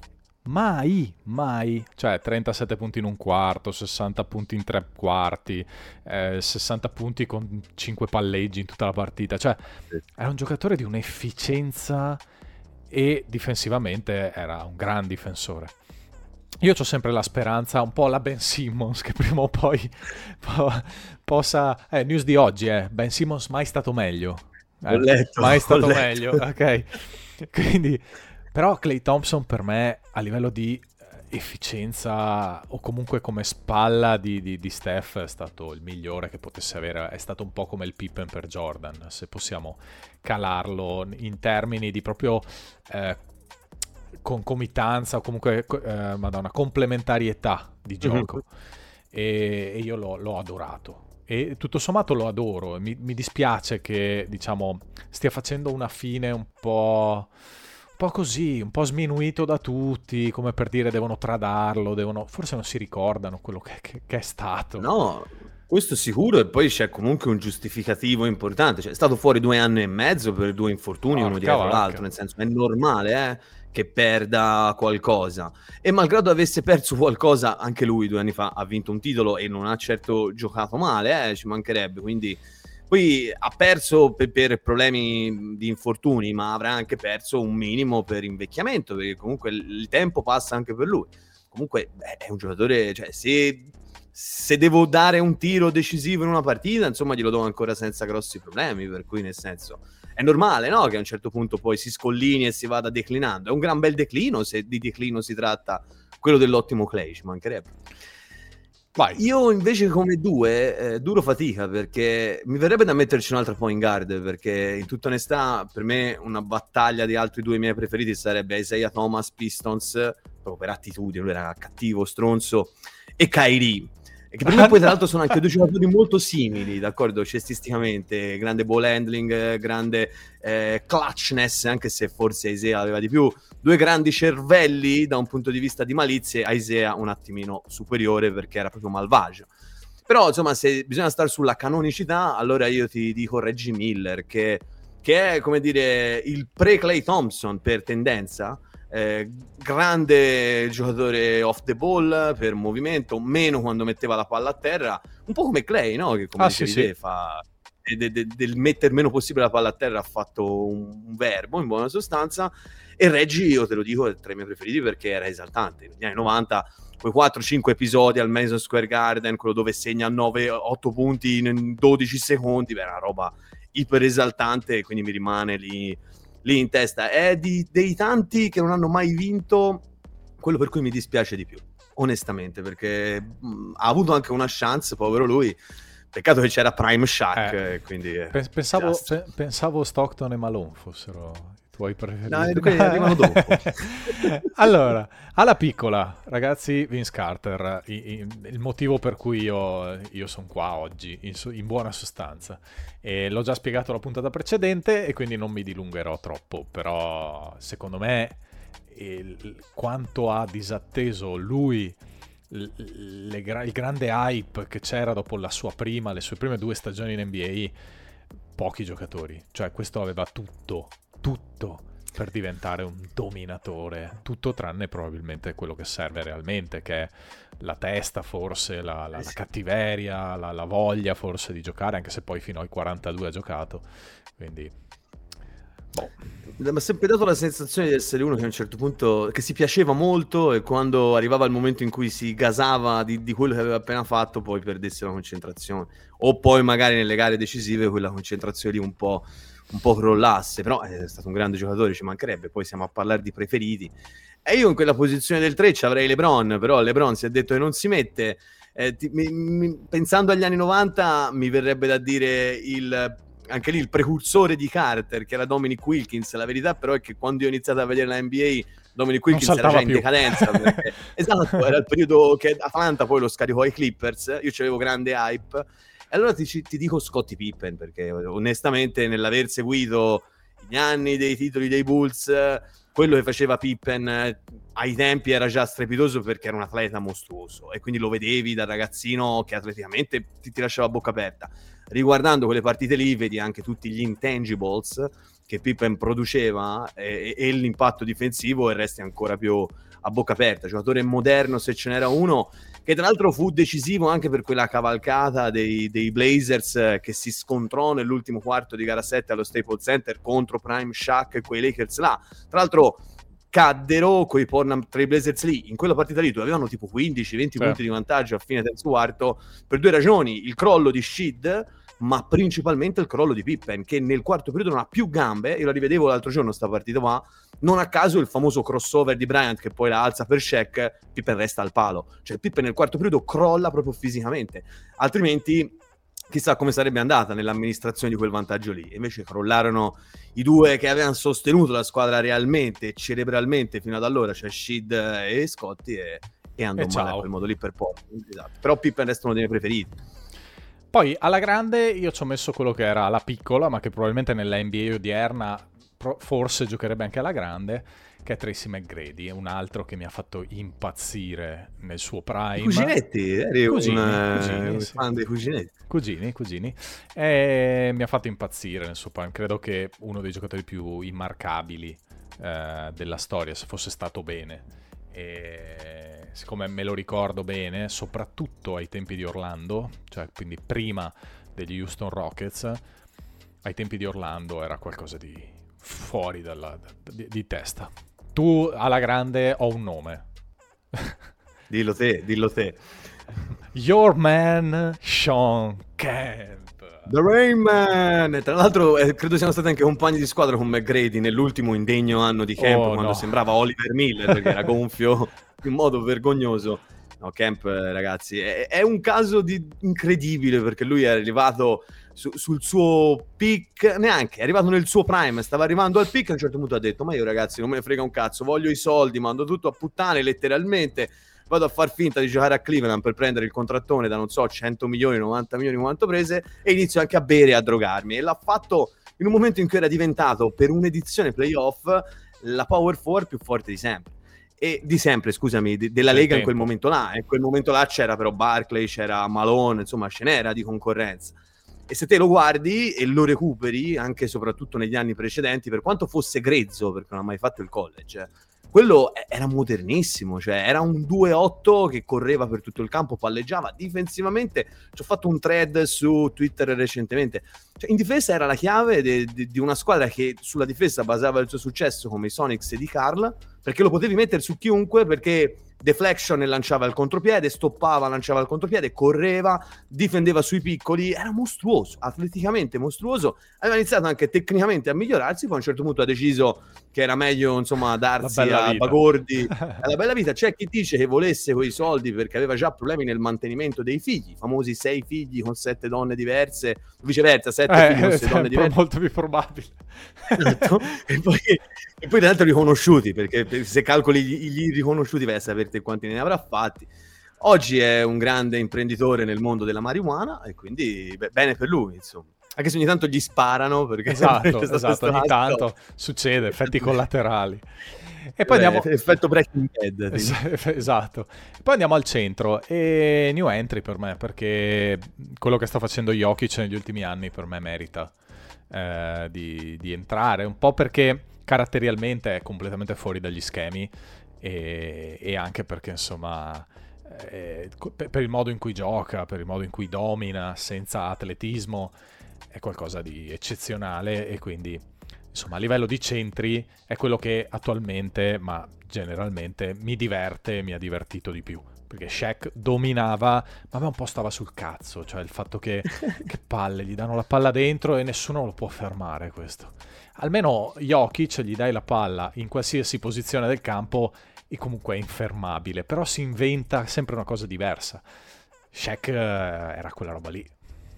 cioè 37 punti in un quarto, 60 punti in 3 quarti, 60 punti con 5 palleggi in tutta la partita, cioè era un giocatore di un'efficienza e difensivamente era un gran difensore. Io ho sempre la speranza, un po' la Ben Simmons, che prima o poi possa... news di oggi, Ben Simmons mai stato meglio. Ho letto. Meglio, ok. Quindi, però Klay Thompson per me, a livello di efficienza, o comunque come spalla di Steph, è stato il migliore che potesse avere. È stato un po' come il Pippen per Jordan, se possiamo calarlo in termini di proprio... concomitanza o comunque complementarietà di gioco. E io l'ho adorato e tutto sommato lo adoro. Mi dispiace che diciamo stia facendo una fine un po' così, un po' sminuito da tutti, come per dire devono tradarlo, forse non si ricordano quello che è stato. No, questo sicuro, e poi c'è comunque un giustificativo importante, cioè è stato fuori 2 anni e mezzo per 2 infortuni, uno dietro l'altro, nel senso è normale che perda qualcosa. E malgrado avesse perso qualcosa, anche lui 2 anni fa ha vinto un titolo e non ha certo giocato male, ci mancherebbe, quindi poi ha perso per problemi di infortuni, ma avrà anche perso un minimo per invecchiamento, perché comunque il tempo passa anche per lui. Comunque è un giocatore, cioè se devo dare un tiro decisivo in una partita, insomma glielo do ancora senza grossi problemi, per cui nel senso è normale, no? Che a un certo punto poi si scollini e si vada declinando. È un gran bel declino, se di declino si tratta, quello dell'ottimo Clay, ci mancherebbe. Vai. Io invece come 2 duro fatica, perché mi verrebbe da metterci un'altra point guard, perché in tutta onestà per me una battaglia di altri 2 miei preferiti sarebbe Isaiah Thomas, Pistons, proprio per attitudine, lui era cattivo, stronzo, e Kyrie, che per me poi tra l'altro sono anche 2 giocatori molto simili, d'accordo, cestisticamente, grande ball handling, grande clutchness, anche se forse Isaiah aveva di più, 2 grandi cervelli da un punto di vista di malizie, Isaiah un attimino superiore perché era proprio malvagio. Però insomma, se bisogna stare sulla canonicità, allora io ti dico Reggie Miller, che è, come dire, il pre-Klay Thompson per tendenza, grande giocatore off the ball per movimento, meno quando metteva la palla a terra, un po' come Clay, no? Che come dicevi te, fa del mettere meno possibile la palla a terra ha fatto un verbo in buona sostanza. E Reggie, io te lo dico, è tra i miei preferiti perché era esaltante negli anni 90, quei 4-5 episodi al Madison Square Garden, quello dove segna 9-8 punti in 12 secondi, era una roba iper esaltante, quindi mi rimane lì in testa. È dei tanti che non hanno mai vinto quello per cui mi dispiace di più, onestamente, perché ha avuto anche una chance, povero lui, peccato che c'era Prime Shaq, quindi pensavo Stockton e Malone fossero i tuoi preferiti. No, quelli arrivano dopo. Allora, alla piccola, ragazzi, Vince Carter, il motivo per cui io sono qua oggi, in buona sostanza, e l'ho già spiegato la puntata precedente e quindi non mi dilungherò troppo, però secondo me quanto ha disatteso lui il grande hype che c'era dopo le sue prime 2 stagioni in NBA, pochi giocatori, cioè questo aveva tutto per diventare un dominatore, tutto tranne probabilmente quello che serve realmente, che è la testa, forse la cattiveria, la voglia forse di giocare, anche se poi fino ai 42 ha giocato, quindi mi ha sempre dato la sensazione di essere uno che a un certo punto che si piaceva molto, e quando arrivava il momento in cui si gasava di quello che aveva appena fatto, poi perdesse la concentrazione, o poi magari nelle gare decisive quella concentrazione lì un po' crollasse. Però è stato un grande giocatore, ci mancherebbe, poi siamo a parlare di preferiti, e io in quella posizione del 3 ci avrei LeBron, però LeBron si è detto che non si mette, pensando agli anni 90 mi verrebbe da dire anche lì il precursore di Carter, che era Dominic Wilkins. La verità però è che quando io ho iniziato a vedere la NBA, Dominic Wilkins era già in decadenza, perché, esatto, era il periodo che Atlanta poi lo scaricò ai Clippers, io c'avevo grande hype, e allora ti dico Scottie Pippen, perché onestamente nell'aver seguito gli anni dei titoli dei Bulls, quello che faceva Pippen ai tempi era già strepitoso, perché era un atleta mostruoso e quindi lo vedevi da ragazzino che atleticamente ti lasciava a bocca aperta. Riguardando quelle partite lì vedi anche tutti gli intangibles che Pippen produceva e l'impatto difensivo, e resti ancora più a bocca aperta. Giocatore moderno, se ce n'era uno, che tra l'altro fu decisivo anche per quella cavalcata dei Blazers che si scontrò nell'ultimo quarto di gara 7 allo Staples Center contro Prime Shaq e quei Lakers là. Tra l'altro caddero coi Portland Trail Blazers lì, in quella partita lì avevano tipo 15-20 punti di vantaggio a fine terzo quarto, per 2 ragioni: il crollo di Sheed, ma principalmente il crollo di Pippen, che nel quarto periodo non ha più gambe. Io la rivedevo l'altro giorno sta partita qua, non a caso il famoso crossover di Bryant che poi la alza per Shaq, Pippen resta al palo, cioè Pippen nel quarto periodo crolla proprio fisicamente, altrimenti chissà come sarebbe andata nell'amministrazione di quel vantaggio lì. Invece crollarono i 2 che avevano sostenuto la squadra realmente, cerebralmente fino ad allora, cioè Sheed e Scottie, e andò male a quel modo lì per poco. Esatto. Però Pippen resta uno dei miei preferiti. Poi alla grande io ci ho messo quello che era alla piccola, ma che probabilmente nella NBA odierna forse giocherebbe anche alla grande, che è Tracy McGrady, un altro che mi ha fatto impazzire nel suo prime. I cuginetti, eri un fan dei cuginetti. Cugini. E mi ha fatto impazzire nel suo prime, credo che uno dei giocatori più immarcabili della storia, se fosse stato bene. E siccome me lo ricordo bene, soprattutto ai tempi di Orlando, cioè quindi prima degli Houston Rockets, ai tempi di Orlando era qualcosa di fuori di testa. Tu alla grande ho un nome. Dillo te. Your man Shawn Kemp. The Rain Man! Tra l'altro credo siano stati anche compagni di squadra con McGrady nell'ultimo indegno anno di Kemp, quando sembrava Oliver Miller, perché era gonfio in modo vergognoso. No, Kemp, ragazzi, è un caso incredibile, perché lui è arrivato sul suo peak, neanche, è arrivato nel suo prime, stava arrivando al peak, e a un certo punto ha detto: ma io ragazzi non me ne frega un cazzo, voglio i soldi, mando tutto a puttane letteralmente, vado a far finta di giocare a Cleveland per prendere il contrattone da, non so, 100 milioni, 90 milioni quanto prese, e inizio anche a bere e a drogarmi. E l'ha fatto in un momento in cui era diventato, per un'edizione playoff, la power forward più forte di sempre. E di sempre, scusami, della Lega in quel momento là. In quel momento là c'era però Barkley, c'era Malone, insomma ce n'era di concorrenza. E se te lo guardi e lo recuperi, anche e soprattutto negli anni precedenti, per quanto fosse grezzo, perché non ha mai fatto il college, quello era modernissimo, cioè era un 2-8 che correva per tutto il campo, palleggiava difensivamente. Ci ho fatto un thread su Twitter recentemente, cioè, in difesa era la chiave di una squadra che sulla difesa basava il suo successo, come i Sonics di Karl, perché lo potevi mettere su chiunque, perché deflection e lanciava il contropiede, stoppava, lanciava il contropiede, correva, difendeva sui piccoli, era mostruoso, atleticamente mostruoso. Aveva iniziato anche tecnicamente a migliorarsi, poi a un certo punto ha deciso che era meglio, insomma, darsi a Bagordi alla bella vita. C'è chi dice che volesse quei soldi perché aveva già problemi nel mantenimento dei figli, famosi 6 figli con 7 donne diverse, viceversa 7 figli con 6 donne diverse, molto più probabile. e poi tra l'altro riconosciuti, perché se calcoli gli riconosciuti vai a sapere quanti ne avrà fatti. Oggi è un grande imprenditore nel mondo della marijuana, e quindi bene per lui, insomma. Anche se ogni tanto gli sparano, perché esatto, ogni tanto succede, effetti collaterali. E poi andiamo effetto Breaking Bad. Esatto. Poi andiamo al centro, e new entry per me, perché quello che sta facendo Jokic negli ultimi anni per me merita di entrare, un po' perché caratterialmente è completamente fuori dagli schemi, e anche perché insomma per il modo in cui gioca, per il modo in cui domina senza atletismo, è qualcosa di eccezionale. E quindi insomma a livello di centri è quello che attualmente, ma generalmente, mi ha divertito di più, perché Shaq dominava, ma a me un po' stava sul cazzo, cioè il fatto che palle, gli danno la palla dentro e nessuno lo può fermare. Questo almeno Jokic gli dai la palla in qualsiasi posizione del campo e comunque è infermabile, però si inventa sempre una cosa diversa. Shaq era quella roba lì.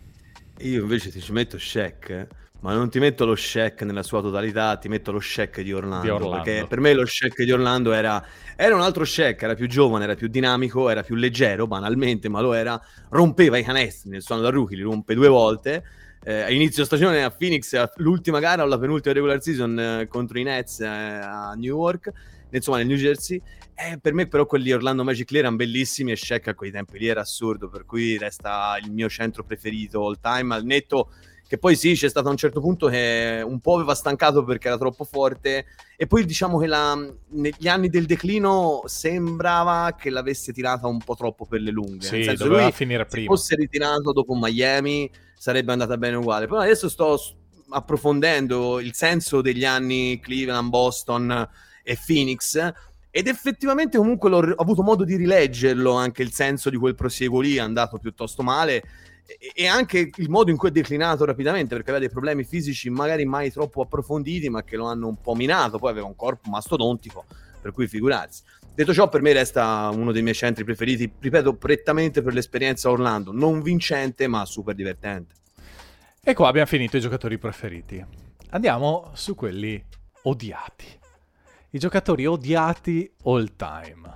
Io invece ti ci metto Shaq, ma non ti metto lo Shaq nella sua totalità, ti metto lo Shaq di Orlando. Perché per me lo Shaq di Orlando era un altro Shaq, era più giovane, era più dinamico, era più leggero, banalmente, ma lo era. Rompeva i canestri nel suono da rookie, li rompe 2 volte. A inizio stagione a Phoenix, l'ultima gara o la penultima regular season contro i Nets a Newark, insomma nel New Jersey. Per me però quelli Orlando Magic lì erano bellissimi, e Shaq a quei tempi lì era assurdo, per cui resta il mio centro preferito all time, al netto che poi sì, c'è stato a un certo punto che un po' aveva stancato perché era troppo forte, e poi diciamo che negli anni del declino sembrava che l'avesse tirata un po' troppo per le lunghe. Sì, nel senso, doveva lui, finire se prima. fosse ritirato dopo Miami sarebbe andata bene uguale. Però adesso sto approfondendo il senso degli anni Cleveland, Boston e Phoenix, ed effettivamente comunque ho avuto modo di rileggerlo, anche il senso di quel prosieguo lì è andato piuttosto male, e anche il modo in cui è declinato rapidamente, perché aveva dei problemi fisici magari mai troppo approfonditi, ma che lo hanno un po' minato. Poi aveva un corpo mastodontico, per cui figurarsi. Detto ciò, per me resta uno dei miei centri preferiti, ripeto, prettamente per l'esperienza Orlando, non vincente ma super divertente. E qua abbiamo finito i giocatori preferiti. Andiamo su quelli odiati. I giocatori odiati all time.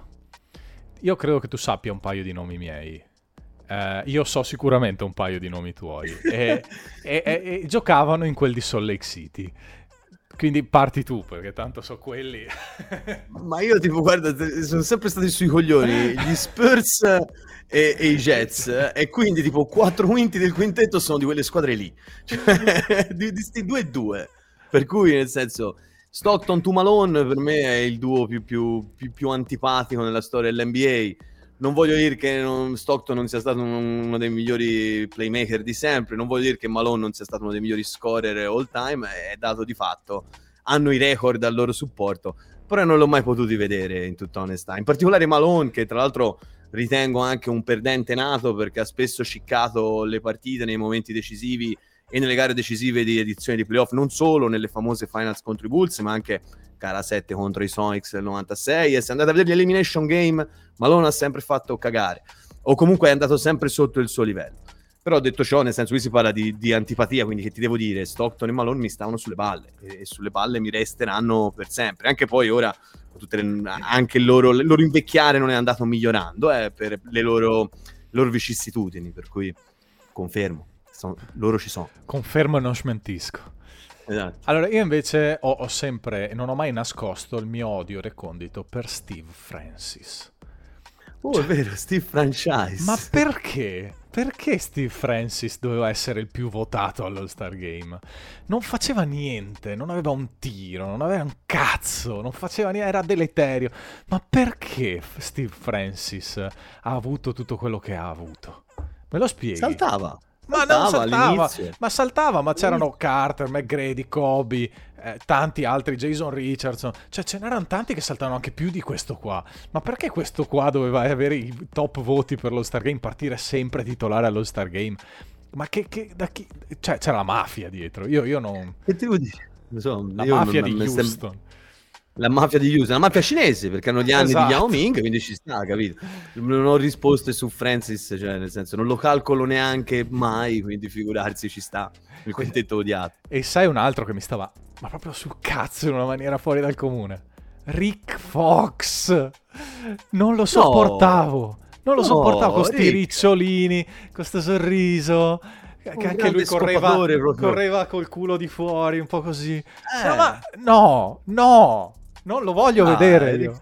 Io credo che tu sappia un paio di nomi miei. Io so sicuramente un paio di nomi tuoi. E giocavano in quel di Salt Lake City. Quindi parti tu, perché tanto so quelli. Ma io tipo, guarda, sono sempre stati sui coglioni gli Spurs e i Jets, e quindi tipo 4 quinti del quintetto sono di quelle squadre lì, cioè, di sti 2-2, per cui nel senso Stockton to Malone per me è il duo più antipatico nella storia dell'NBA. Non voglio dire che Stockton non sia stato uno dei migliori playmaker di sempre, non voglio dire che Malone non sia stato uno dei migliori scorer all time, è dato di fatto. Hanno i record al loro supporto, però non l'ho mai potuti vedere, in tutta onestà. In particolare Malone, che tra l'altro ritengo anche un perdente nato, perché ha spesso sciccato le partite nei momenti decisivi e nelle gare decisive di edizioni di playoff, non solo nelle famose finals contro i Bulls, ma anche gara 7 contro i Sonics del 96. E se andate a vedere gli elimination game, Malone ha sempre fatto cagare, o comunque è andato sempre sotto il suo livello. Però detto ciò, nel senso, qui si parla di antipatia, quindi che ti devo dire, Stockton e Malone mi stavano sulle palle, e sulle palle mi resteranno per sempre. Anche poi ora anche il loro invecchiare non è andato migliorando per le loro vicissitudini, per cui confermo, loro ci sono. Confermo e non smentisco. Esatto. Allora, io invece ho sempre, non ho mai nascosto il mio odio recondito per Steve Francis. È vero, Steve Franchise. Ma perché? Perché Steve Francis doveva essere il più votato all'All-Star Game? Non faceva niente, non aveva un tiro, non aveva un cazzo, non faceva niente, era deleterio. Ma perché Steve Francis ha avuto tutto quello che ha avuto? Me lo spieghi? Saltava. Ma non saltava, all'inizio. ma c'erano Carter, McGrady, Kobe, tanti altri, Jason Richardson, cioè ce n'erano tanti che saltavano anche più di questo qua. Ma perché questo qua doveva avere i top voti per l'All-Star Game, partire sempre titolare all'All-Star Game? Ma da chi? Cioè c'era la mafia dietro, io non... Che devo dire? La mafia di Houston. La mafia di Houston, la mafia cinese, perché hanno gli anni di Yao Ming, quindi ci sta, capito? Non ho risposte su Francis, cioè nel senso non lo calcolo neanche mai, quindi figurarsi ci sta il quintetto odiato. E sai un altro che mi stava ma proprio sul cazzo in una maniera fuori dal comune? Rick Fox. Non lo sopportavo. Non lo sopportavo con sti ricciolini, con questo sorriso. Che anche lui correva col culo di fuori, un po' così. Ma no, non lo voglio vedere io.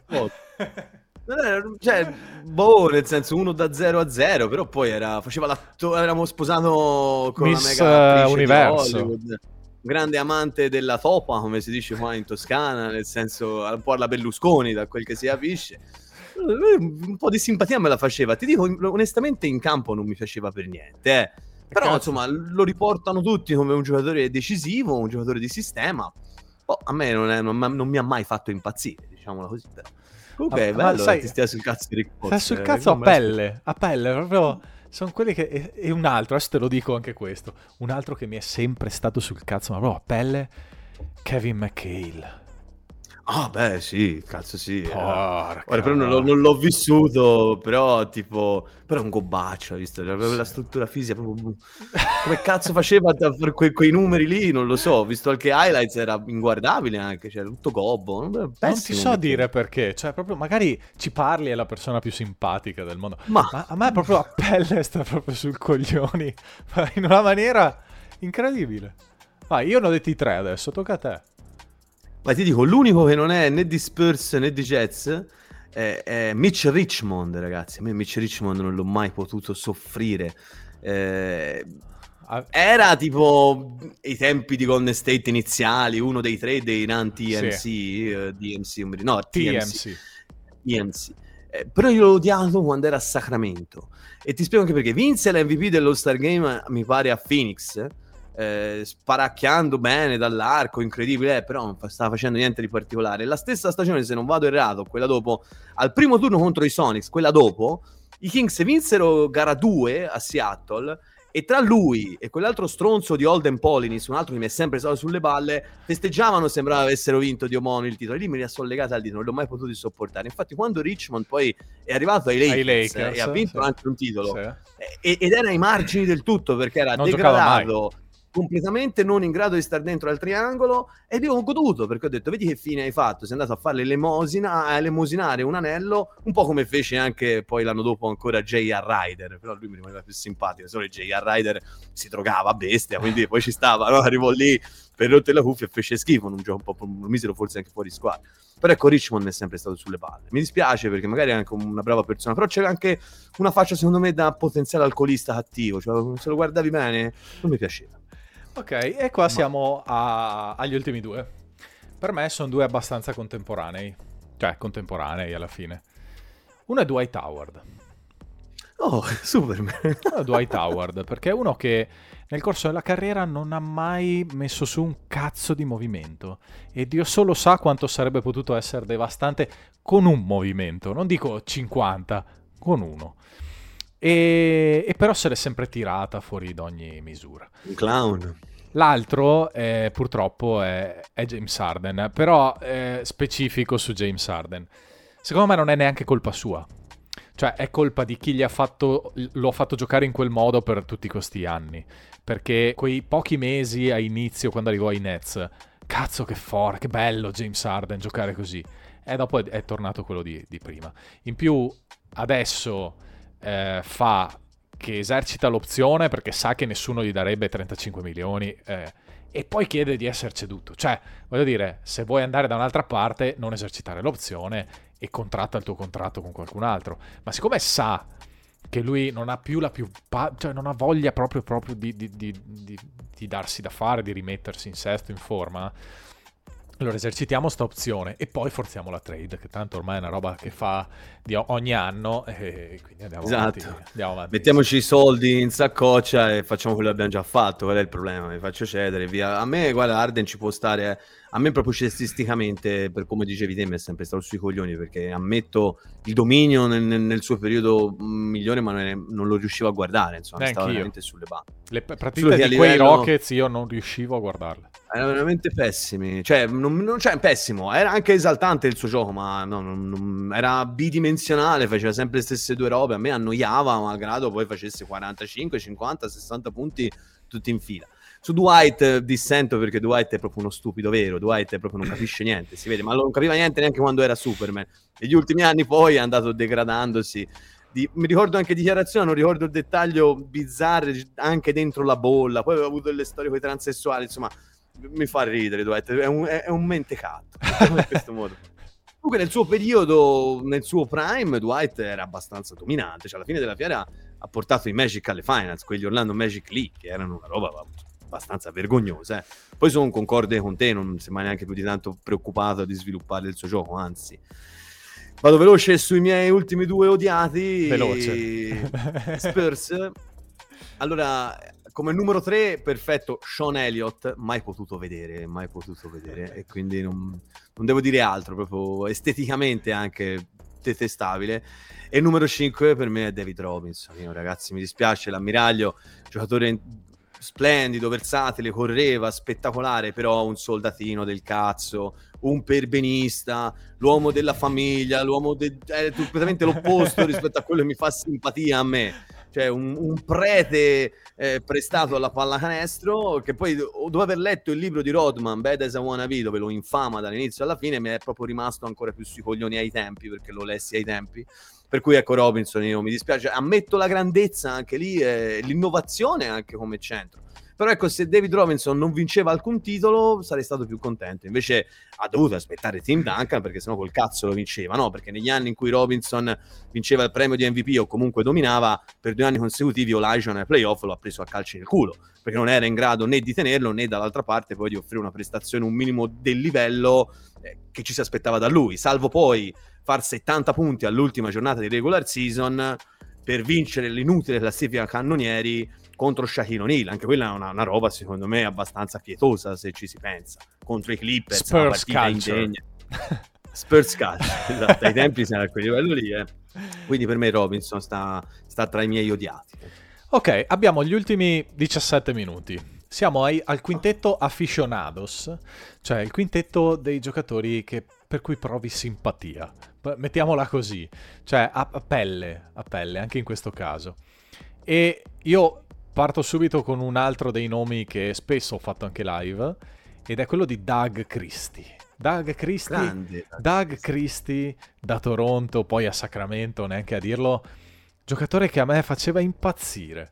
Cioè, nel senso 1 da 0 a 0, però poi eravamo sposato con Miss la mega Universo. Grande amante della topa, come si dice qua in Toscana, nel senso un po' alla Berlusconi, da quel che si capisce. Un po' di simpatia me la faceva. Ti dico, onestamente in campo non mi piaceva per niente, Però insomma lo riportano tutti come un giocatore decisivo, un giocatore di sistema. A me non mi ha mai fatto impazzire, diciamolo così. Però. Comunque è bello, ti stia sul cazzo di Rick Fox. Sta sul cazzo a pelle, proprio. Sono quelli che... E un altro, adesso te lo dico anche questo, un altro che mi è sempre stato sul cazzo, ma proprio a pelle, Kevin McHale. Ah beh sì, cazzo sì. Ora, però non l'ho vissuto, però tipo... Però è un gobaccio, visto? Aveva la struttura fisica proprio... Come cazzo faceva per quei numeri lì? Non lo so, visto anche highlights era inguardabile anche, cioè tutto gobbo. Non ti so dire perché, cioè proprio magari ci parli, è la persona più simpatica del mondo. Ma a me proprio a pelle sta proprio sul coglioni, in una maniera incredibile. Vai, io ne ho detti 3 adesso, tocca a te. Ma ti dico, l'unico che non è né di Spurs né di Jets è Mitch Richmond, ragazzi. A me Mitch Richmond non l'ho mai potuto soffrire. Era tipo i tempi di Golden State iniziali, uno dei 3 dei non-TMC, sì. TMC. Però io l'ho odiato quando era a Sacramento. E ti spiego anche perché. Vinse l'MVP dell'All-Star Game, mi pare, a Phoenix, sparacchiando bene dall'arco, incredibile, però non stava facendo niente di particolare. La stessa stagione, se non vado errato, quella dopo, al primo turno contro i Sonics, quella dopo, i Kings vinsero gara 2 a Seattle, e tra lui e quell'altro stronzo di Holden Polinis, un altro che mi è sempre stato sulle balle, festeggiavano, sembrava avessero vinto di Omono il titolo, e lì me li ha sollegati al dito, non l'ho mai potuto sopportare. Infatti quando Richmond poi è arrivato ai Lakers e ha vinto anche un titolo, ed era ai margini del tutto, perché era non degradato, completamente non in grado di stare dentro al triangolo, ed io ho goduto, perché ho detto, vedi che fine hai fatto, sei andato a fare l'emosinare un anello, un po' come fece anche poi l'anno dopo ancora J.R. Ryder, però lui mi rimaneva più simpatico, solo J.R. Ryder si drogava a bestia, quindi poi ci stava, no? Arrivò lì per rotte la cuffia e fece schifo, un gioco un po' misero, forse anche fuori squadra. Però ecco, Richmond è sempre stato sulle palle. Mi dispiace perché magari è anche una brava persona, però c'era anche una faccia secondo me da potenziale alcolista cattivo, cioè se lo guardavi bene non mi piaceva. Ok, e qua siamo agli ultimi 2. Per me sono due abbastanza contemporanei. Cioè, contemporanei alla fine. Uno è Dwight Howard. Oh, Superman. Uno è Dwight Howard, perché è uno che nel corso della carriera non ha mai messo su un cazzo di movimento. E Dio solo sa quanto sarebbe potuto essere devastante con un movimento. Non dico 50, con uno. E però se l'è sempre tirata fuori da ogni misura. Un clown. L'altro purtroppo è James Harden, però specifico su James Harden. Secondo me non è neanche colpa sua. Cioè è colpa di chi lo ha fatto giocare in quel modo per tutti questi anni. Perché quei pochi mesi a inizio, quando arrivò ai Nets, cazzo che forte, che bello James Harden giocare così. E dopo è tornato quello di prima. In più adesso fa che esercita l'opzione perché sa che nessuno gli darebbe 35 milioni e poi chiede di essere ceduto. Cioè, voglio dire, se vuoi andare da un'altra parte, non esercitare l'opzione e contratta il tuo contratto con qualcun altro. Ma siccome sa che lui non ha più cioè non ha voglia proprio di darsi da fare, di rimettersi in sesto, in forma, allora esercitiamo sta opzione e poi forziamo la trade, che tanto ormai è una roba che fa di ogni anno e quindi andiamo avanti. Mettiamoci i soldi in saccoccia e facciamo quello che abbiamo già fatto. Qual è il problema? Mi faccio cedere via. A me, guarda, Harden ci può stare. A me proprio cestisticamente, per come dicevi te, mi è sempre stato sui coglioni, perché ammetto il dominio nel suo periodo migliore, ma non lo riuscivo a guardare, insomma, stava veramente sulle balle. Le partite di quei Rockets io non riuscivo a guardarle. Erano veramente pessimi, cioè, cioè pessimo, era anche esaltante il suo gioco, ma no, era bidimensionale, faceva sempre le stesse due robe, a me annoiava, malgrado poi facesse 45, 50, 60 punti tutti in fila. Su Dwight dissento, perché Dwight è proprio uno stupido vero, Dwight è proprio non capisce niente, si vede, ma non capiva niente neanche quando era Superman. Negli ultimi anni poi è andato degradandosi. Mi ricordo anche dichiarazioni, non ricordo il dettaglio, bizzarre anche dentro la bolla, poi aveva avuto delle storie con i transessuali, insomma, mi fa ridere Dwight, è un mentecatto in questo modo. Comunque nel suo periodo, nel suo prime, Dwight era abbastanza dominante, cioè alla fine della fiera ha portato i Magic alle finals, quegli Orlando Magic lì, che erano una roba abbastanza vergognosa. Poi sono concorde con te, non sembra neanche più di tanto preoccupato di sviluppare il suo gioco, anzi. Vado veloce sui miei ultimi due odiati. Veloce. Spurs. Allora, come numero 3, perfetto, Sean Elliott, mai potuto vedere, e quindi non devo dire altro, proprio esteticamente anche detestabile. E il numero 5 per me è David Robinson. Io, ragazzi, mi dispiace, l'ammiraglio, giocatore splendido, versatile, correva, spettacolare, però un soldatino del cazzo, un perbenista, l'uomo della famiglia, l'uomo completamente l'opposto rispetto a quello che mi fa simpatia a me. Cioè un prete prestato alla pallacanestro, che poi dopo aver letto il libro di Rodman, Bad as I Wanna Be, dove lo infama dall'inizio alla fine, mi è proprio rimasto ancora più sui coglioni ai tempi, perché lo lessi ai tempi. Per cui ecco Robinson, io mi dispiace, ammetto la grandezza anche lì, l'innovazione anche come centro. Però ecco, se David Robinson non vinceva alcun titolo sarei stato più contento. Invece ha dovuto aspettare Tim Duncan, perché sennò col cazzo lo vinceva, no? Perché negli anni in cui Robinson vinceva il premio di MVP o comunque dominava, per 2 anni consecutivi Olajuwon ai playoff lo ha preso a calci nel culo, perché non era in grado né di tenerlo né dall'altra parte poi di offrire una prestazione, un minimo del livello che ci si aspettava da lui, salvo poi far 70 punti all'ultima giornata di regular season per vincere l'inutile classifica cannonieri contro Shaquille O'Neal. Anche quella è una roba secondo me abbastanza pietosa, se ci si pensa, contro i Clippers, Spurs una partita indegna. Spurs calcio, esatto, ai tempi si era a quel livello lì, quindi per me Robinson sta tra i miei odiati. Ok, abbiamo gli ultimi 17 minuti. Siamo al quintetto aficionados, cioè il quintetto dei giocatori per cui provi simpatia. Mettiamola così, cioè a pelle, anche in questo caso. E io parto subito con un altro dei nomi che spesso ho fatto anche live, ed è quello di Doug Christie. Doug Christie da Toronto, poi a Sacramento, neanche a dirlo, giocatore che a me faceva impazzire,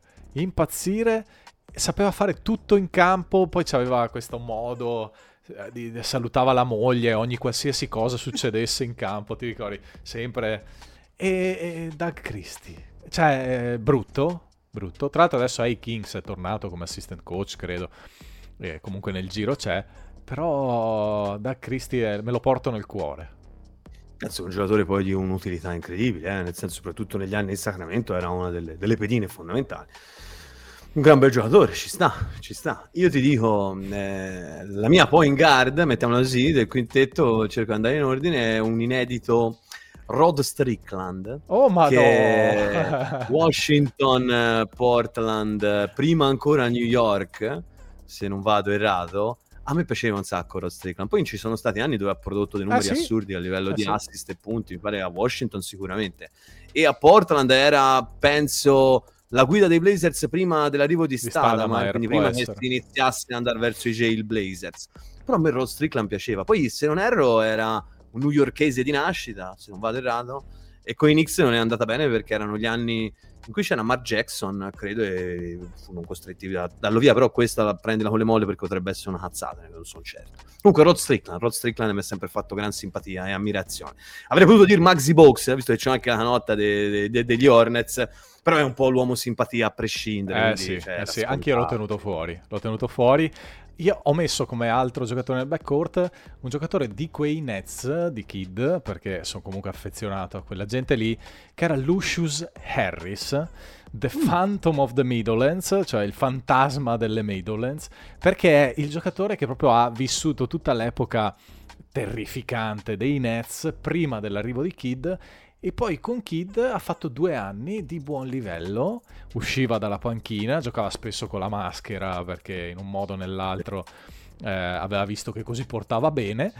sapeva fare tutto in campo, poi c'aveva questo modo, salutava la moglie ogni qualsiasi cosa succedesse in campo, ti ricordi? Sempre. E Doug Christie, cioè brutto. Tra l'altro adesso ai Kings è tornato come assistant coach, credo, e comunque nel giro c'è, Però Doug Christie me lo porto nel cuore. Cazzo, un giocatore poi di un'utilità incredibile, nel senso, soprattutto negli anni di Sacramento era una delle pedine fondamentali. Un gran bel giocatore, ci sta. Io ti dico, la mia point guard, mettiamola così, del quintetto, cerco di andare in ordine, è un inedito Rod Strickland. Oh, che Washington, Portland, prima ancora New York, se non vado errato. A me piaceva un sacco Rod Strickland. Poi ci sono stati anni dove ha prodotto dei numeri assurdi a livello di assist e punti, mi pare a Washington sicuramente. E a Portland era, penso, la guida dei Blazers prima dell'arrivo di Stoudemire, quindi prima che si iniziasse ad andare verso i Blazers. Però a me Rod Strickland piaceva. Poi, se non erro, era un newyorkese di nascita, se non vado errato, e con i Knicks non è andata bene perché erano gli anni in cui c'era Mark Jackson, credo, e furono costretti a darlo via, però questa prendila con le molle perché potrebbe essere una cazzata, non sono certo. Comunque Rod Strickland mi ha sempre fatto gran simpatia e ammirazione. Avrei potuto dire Muggsy Bogues, visto che c'è anche la canotta degli Hornets, però è un po' l'uomo simpatia a prescindere. Sì, anche io l'ho tenuto fuori. Io ho messo come altro giocatore nel backcourt un giocatore di quei Nets, di Kid, perché sono comunque affezionato a quella gente lì, che era Lucius Harris, The Phantom of the Meadowlands, cioè il fantasma delle Meadowlands, perché è il giocatore che proprio ha vissuto tutta l'epoca terrificante dei Nets prima dell'arrivo di Kid. E poi con Kid ha fatto 2 anni di buon livello, usciva dalla panchina, giocava spesso con la maschera perché in un modo o nell'altro aveva visto che così portava bene,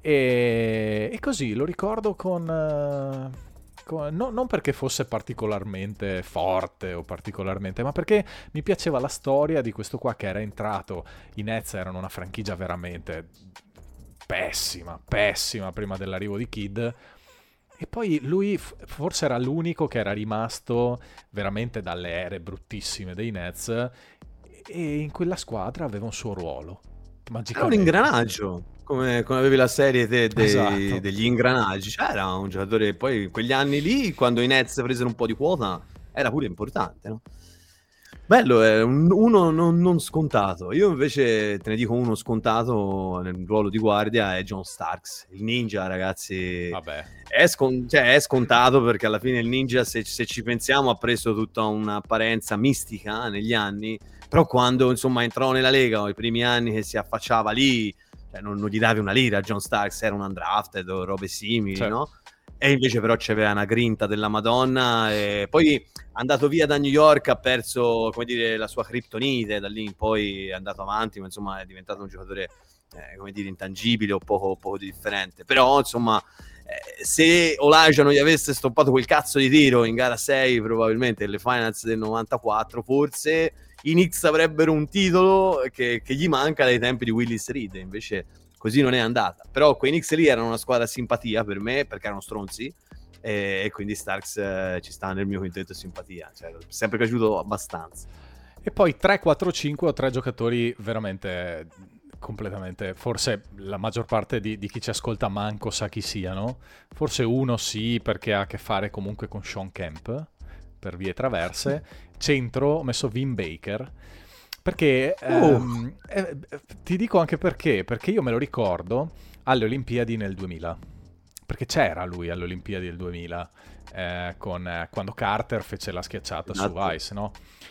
e così lo ricordo non perché fosse particolarmente forte o particolarmente, ma perché mi piaceva la storia di questo qua che era entrato. I Nets erano una franchigia veramente pessima prima dell'arrivo di Kid. E poi lui forse era l'unico che era rimasto veramente dalle ere bruttissime dei Nets, e in quella squadra aveva un suo ruolo. Magicamente. Era un ingranaggio, come avevi la serie Esatto. degli ingranaggi. Era un giocatore, poi in quegli anni lì, quando i Nets presero un po' di quota, era pure importante, no? Bello, è uno non scontato. Io invece te ne dico uno scontato nel ruolo di guardia, è John Starks, il ninja, ragazzi. Vabbè. È scontato perché alla fine il ninja, se ci pensiamo, ha preso tutta un'apparenza mistica negli anni, però quando insomma entrò nella Lega, i primi anni che si affacciava lì, cioè, non gli davi una lira. John Starks era un undrafted o robe simili, certo. No? E invece però c'aveva una grinta della Madonna, e poi andato via da New York ha perso, come dire, la sua criptonite, da lì in poi è andato avanti, ma insomma è diventato un giocatore come dire, intangibile o poco differente. Però insomma se Olajuwon non gli avesse stoppato quel cazzo di tiro in gara 6, probabilmente nelle finals del 94, forse i Knicks avrebbero un titolo che gli manca dai tempi di Willis Reed. Invece così non è andata. Però quei Knicks lì erano una squadra simpatia per me, perché erano stronzi, e quindi Starks ci sta nel mio quintetto simpatia, cioè, mi è sempre piaciuto abbastanza. E poi 3-4-5 o 3 giocatori veramente completamente, forse la maggior parte di chi ci ascolta manco sa chi siano, forse uno sì, perché ha a che fare comunque con Shawn Kemp per vie traverse. Centro ho messo Vin Baker, perché ti dico anche perché io me lo ricordo alle Olimpiadi nel 2000, perché c'era lui alle Olimpiadi del 2000 quando Carter fece la schiacciata su Ice, no?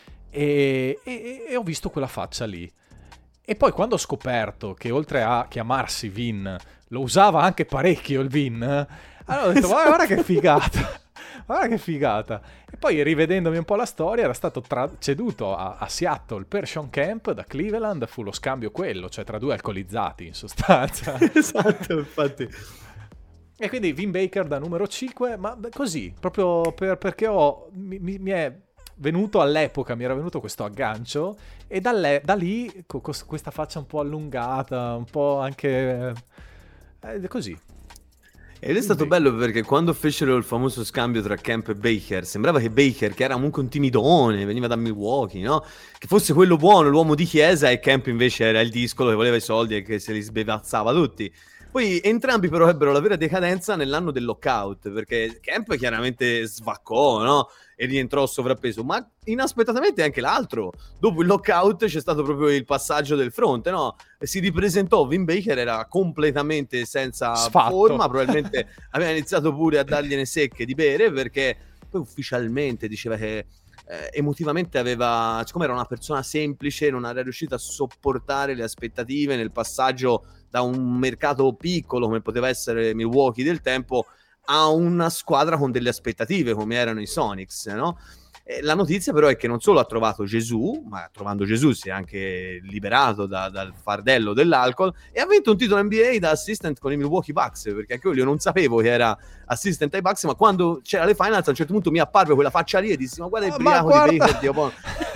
E ho visto quella faccia lì, e poi quando ho scoperto che oltre a chiamarsi Vin lo usava anche parecchio il Vin, allora ho detto guarda che figata. Guarda che figata. E poi rivedendomi un po' la storia, era stato ceduto a Seattle per Shawn Kemp da Cleveland, fu lo scambio quello, cioè tra 2 alcolizzati in sostanza. Esatto, infatti. E quindi Vin Baker da numero 5, ma così, proprio perché mi è venuto all'epoca, mi era venuto questo aggancio, e da lì con questa faccia un po' allungata, un po' anche così. Ed è stato bello perché quando fecero il famoso scambio tra Kemp e Baker, sembrava che Baker, che era comunque un timidone, veniva da Milwaukee, no? Che fosse quello buono, l'uomo di chiesa, e Kemp invece era il discolo che voleva i soldi e che se li sbevazzava tutti. Poi entrambi però ebbero la vera decadenza nell'anno del lockout, perché Kemp chiaramente svaccò, no? E rientrò sovrappeso, ma inaspettatamente anche l'altro. Dopo il lockout c'è stato proprio il passaggio del fronte, no? E si ripresentò, Vin Baker era completamente senza Sfatto. forma, probabilmente aveva iniziato pure a dargliene secche di bere, perché poi ufficialmente diceva che emotivamente aveva, siccome era una persona semplice, non era riuscito a sopportare le aspettative nel passaggio da un mercato piccolo come poteva essere Milwaukee del tempo a una squadra con delle aspettative come erano i Sonics, no? La notizia però è che non solo ha trovato Gesù, ma trovando Gesù si è anche liberato dal fardello dell'alcol e ha vinto un titolo NBA da assistant con i Milwaukee Bucks, perché anche io non sapevo che era assistant ai Bucks, ma quando c'era le finals a un certo punto mi apparve quella faccia lì e dissi ma guarda il briaco di Baker, Dio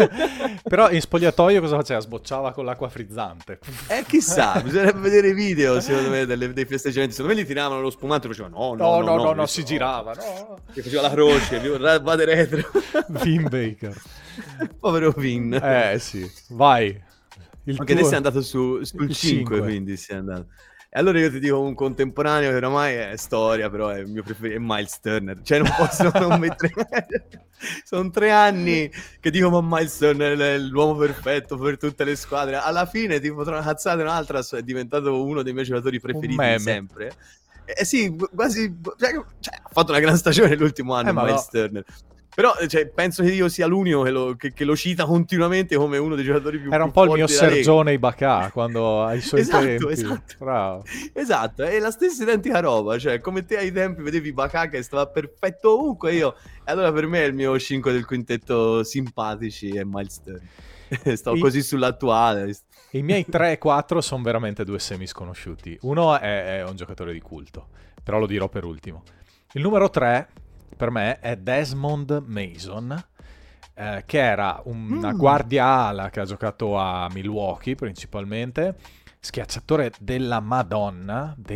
Però in spogliatoio cosa faceva? Sbocciava con l'acqua frizzante. Chissà, bisognerebbe vedere i video secondo me dei festeggiamenti, secondo me li tiravano lo spumante e facevano no, si girava, no. Che faceva la croce, vade retro. Vin Baker. Povero Vin. Sì, vai. Anche te sei andato sul 5, quindi sei andato. E allora io ti dico un contemporaneo che oramai è storia, però è il mio preferito, è Miles Turner. Cioè non posso non mettere... Sono 3 anni che dico ma Miles Turner è l'uomo perfetto per tutte le squadre. Alla fine tipo tra una cazzata e un'altra è diventato uno dei miei giocatori preferiti di sempre. Sì, quasi... Cioè, ha fatto una gran stagione l'ultimo anno Miles Turner. Però penso che io sia l'unico che lo cita continuamente come uno dei giocatori più era un po' il mio Sergione Ibaka quando ai suoi tempi. Esatto. Bravo. Esatto, è la stessa identica roba, cioè come te ai tempi vedevi Ibaka che stava perfetto ovunque, e allora per me è il mio 5 del quintetto simpatici è Miles Turner. Sto così sull'attuale. I miei 3 e 4 sono veramente 2 semi sconosciuti. Uno è un giocatore di culto, però lo dirò per ultimo. Il numero 3 per me è Desmond Mason, che era una guardia ala che ha giocato a Milwaukee principalmente, schiacciatore della Madonna, di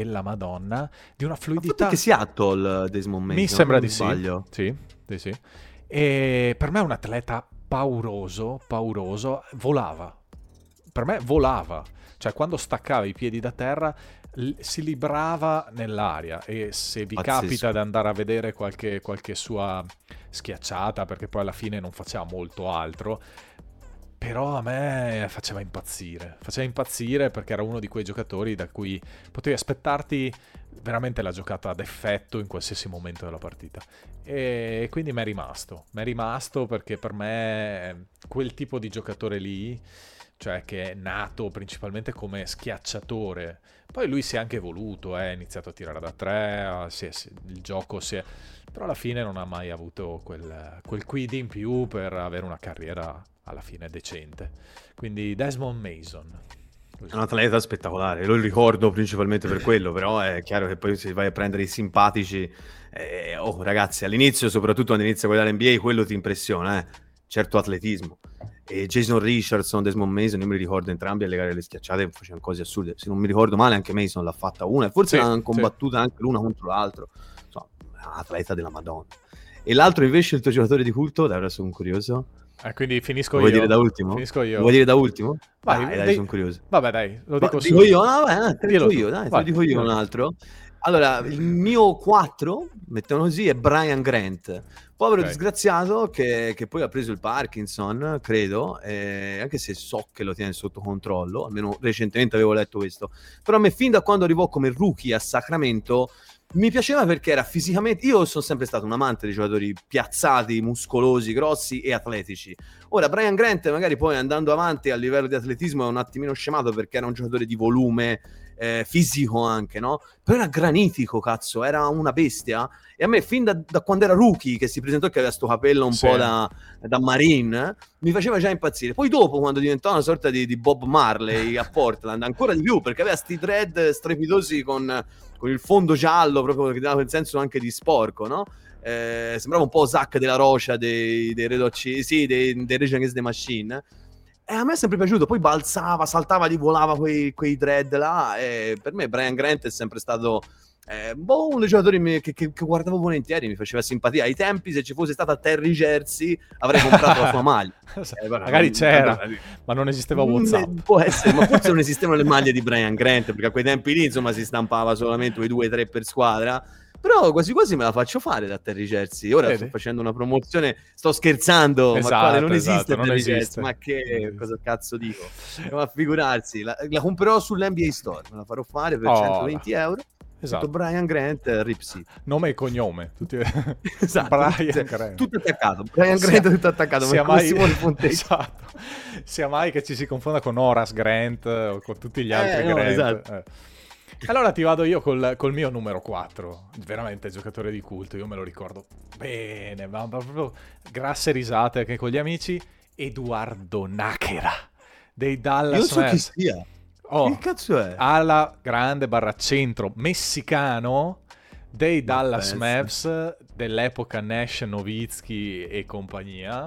una fluidità... Che Seattle Desmond Mason? Mi sembra di sbaglio. Sì. E per me è un atleta pauroso, volava. Per me volava, cioè quando staccava i piedi da terra si librava nell'aria, e se vi capita di andare a vedere qualche sua schiacciata, perché poi alla fine non faceva molto altro, però a me faceva impazzire perché era uno di quei giocatori da cui potevi aspettarti veramente la giocata ad effetto in qualsiasi momento della partita, e quindi mi è rimasto perché per me quel tipo di giocatore lì, cioè che è nato principalmente come schiacciatore, poi lui si è anche evoluto, ha iniziato a tirare da 3, il gioco però alla fine non ha mai avuto quel quid in più per avere una carriera alla fine decente. Quindi Desmond Mason è un atleta spettacolare, lo ricordo principalmente per quello, però è chiaro che poi se vai a prendere i simpatici ragazzi, all'inizio, soprattutto quando inizia a guardare NBA, quello ti impressiona, certo atletismo. E Jason Richardson, Desmond Mason, io mi ricordo entrambi a legare le schiacciate, facevano cose assurde. Se non mi ricordo male anche Mason l'ha fatta una, e forse l'hanno combattuta anche l'una contro l'altro. Insomma, atleta della Madonna. E l'altro invece il tuo giocatore di culto, dai, ora sono curioso. Quindi finisco Vuoi io. Dire da ultimo? Finisco io. Vuoi dire da ultimo? Vai, dai, sono curioso. Vabbè, dai, lo dico dico io? No, te lo dico io vai. un altro. Allora, il mio 4, mettiamo così, è Brian Grant. Povero disgraziato che poi ha preso il Parkinson, credo, anche se so che lo tiene sotto controllo, almeno recentemente avevo letto questo. Però a me fin da quando arrivò come rookie a Sacramento mi piaceva perché era fisicamente... Io sono sempre stato un amante dei giocatori piazzati, muscolosi, grossi e atletici. Ora, Brian Grant magari poi andando avanti a livello di atletismo è un attimino scemato perché era un giocatore di volume, fisico anche, no? Però era granitico, cazzo, era una bestia. E a me fin da quando era rookie, che si presentò che aveva sto capello un po' da Marine, mi faceva già impazzire. Poi dopo, quando diventò una sorta di Bob Marley a Portland, ancora di più, perché aveva sti dread strepitosi con il fondo giallo, proprio che dava il senso anche di sporco, no? Sembrava un po' Zach della Rocha dei Red Hot dei Rage Against the Machine. E a me è sempre piaciuto, poi balzava, saltava, volava quei dread là, e per me Brian Grant è sempre stato Uno dei giocatori che guardavo volentieri, mi faceva simpatia. Ai tempi, se ci fosse stata Terry Jersey, avrei comprato la sua maglia. Magari c'era, ma non esisteva WhatsApp. Può essere, ma forse non esistevano le maglie di Brian Grant, perché a quei tempi lì, insomma, si stampava solamente 2-3 per squadra. Però quasi quasi me la faccio fare da Terry Jersey. Ora sto facendo una promozione, sto scherzando, ma quale non esiste Terry Jersey. Ma che cosa cazzo dico? Ma figurarsi, la comprerò sull'NBA Store, me la farò fare per 120 euro. Esatto. Brian Grant, Ripsy. Nome e cognome. Esatto. Brian Grant. Tutto attaccato. Brian Grant tutto attaccato. Esatto. Sia mai che ci si confonda con Horace Grant o con tutti gli altri Grant. Esatto. Allora ti vado io col mio numero 4. Veramente giocatore di culto. Io me lo ricordo bene. Ma proprio grasse risate anche con gli amici. Edoardo Nakera dei Dallas Mavericks. Io so chi sia. Che cazzo è? Alla grande /centro messicano dei Dallas Mavs dell'epoca Nash, Nowitzki e compagnia,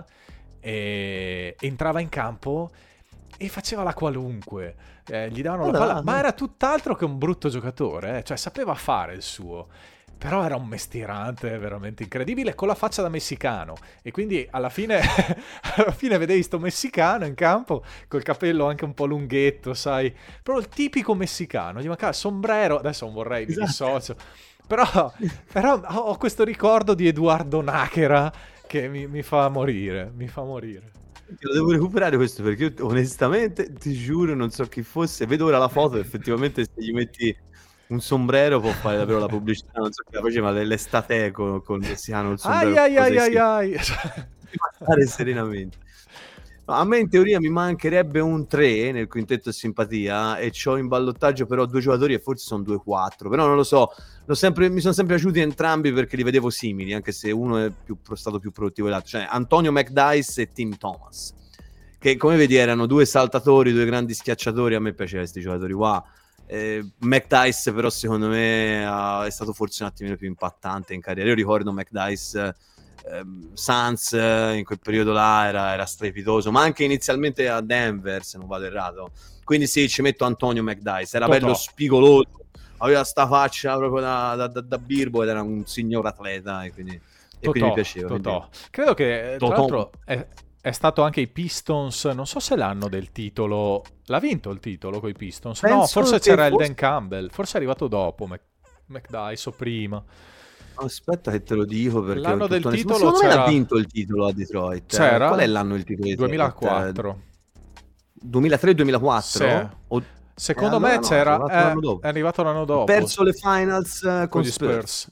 e entrava in campo e faceva la qualunque, gli davano la palla, ma era tutt'altro che un brutto giocatore, cioè sapeva fare il suo. Però era un mestierante veramente incredibile, con la faccia da messicano. E quindi alla fine vedevi sto messicano in campo, col capello anche un po' lunghetto, sai? Proprio il tipico messicano. Gli mancava il sombrero, adesso non vorrei, mi dissocio. Però ho questo ricordo di Edoardo Nakera che mi fa morire, Lo devo recuperare questo, perché io onestamente, ti giuro, non so chi fosse. Vedo ora la foto, effettivamente se gli metti un sombrero può fare davvero la pubblicità, non so chi la faceva, dell'estate con il messiano, il sombrero. Ai. Stare serenamente. A me in teoria mi mancherebbe un 3 nel quintetto simpatia, e c'ho in ballottaggio però 2 giocatori e forse sono 2-4, però non lo so, mi sono sempre piaciuti entrambi perché li vedevo simili, anche se uno è stato più produttivo dell'altro, cioè Antonio McDyess e Tim Thomas, che come vedi erano 2 saltatori, 2 grandi schiacciatori. A me piacevano questi giocatori qua. McDyess però secondo me è stato forse un attimino più impattante in carriera. Io ricordo McDyess Suns, in quel periodo là era strepitoso, ma anche inizialmente a Denver, se non vado errato. Quindi sì, ci metto Antonio McDyess, era bello spigoloso, aveva sta faccia proprio da birbo ed era un signor atleta, e quindi mi piaceva. Credo che tra l'altro è stato anche i Pistons, non so se l'anno del titolo, l'ha vinto il titolo con i Pistons? No, forse c'era Elden Campbell, forse è arrivato dopo McDyess o prima. Aspetta che te lo dico, perché l'anno del titolo c'era... ha vinto il titolo a Detroit. C'era? Qual è l'anno il titolo di Detroit? 2004. 2003-2004? Sì. Secondo me c'era, è arrivato l'anno dopo. Ha perso le finals con gli Spurs.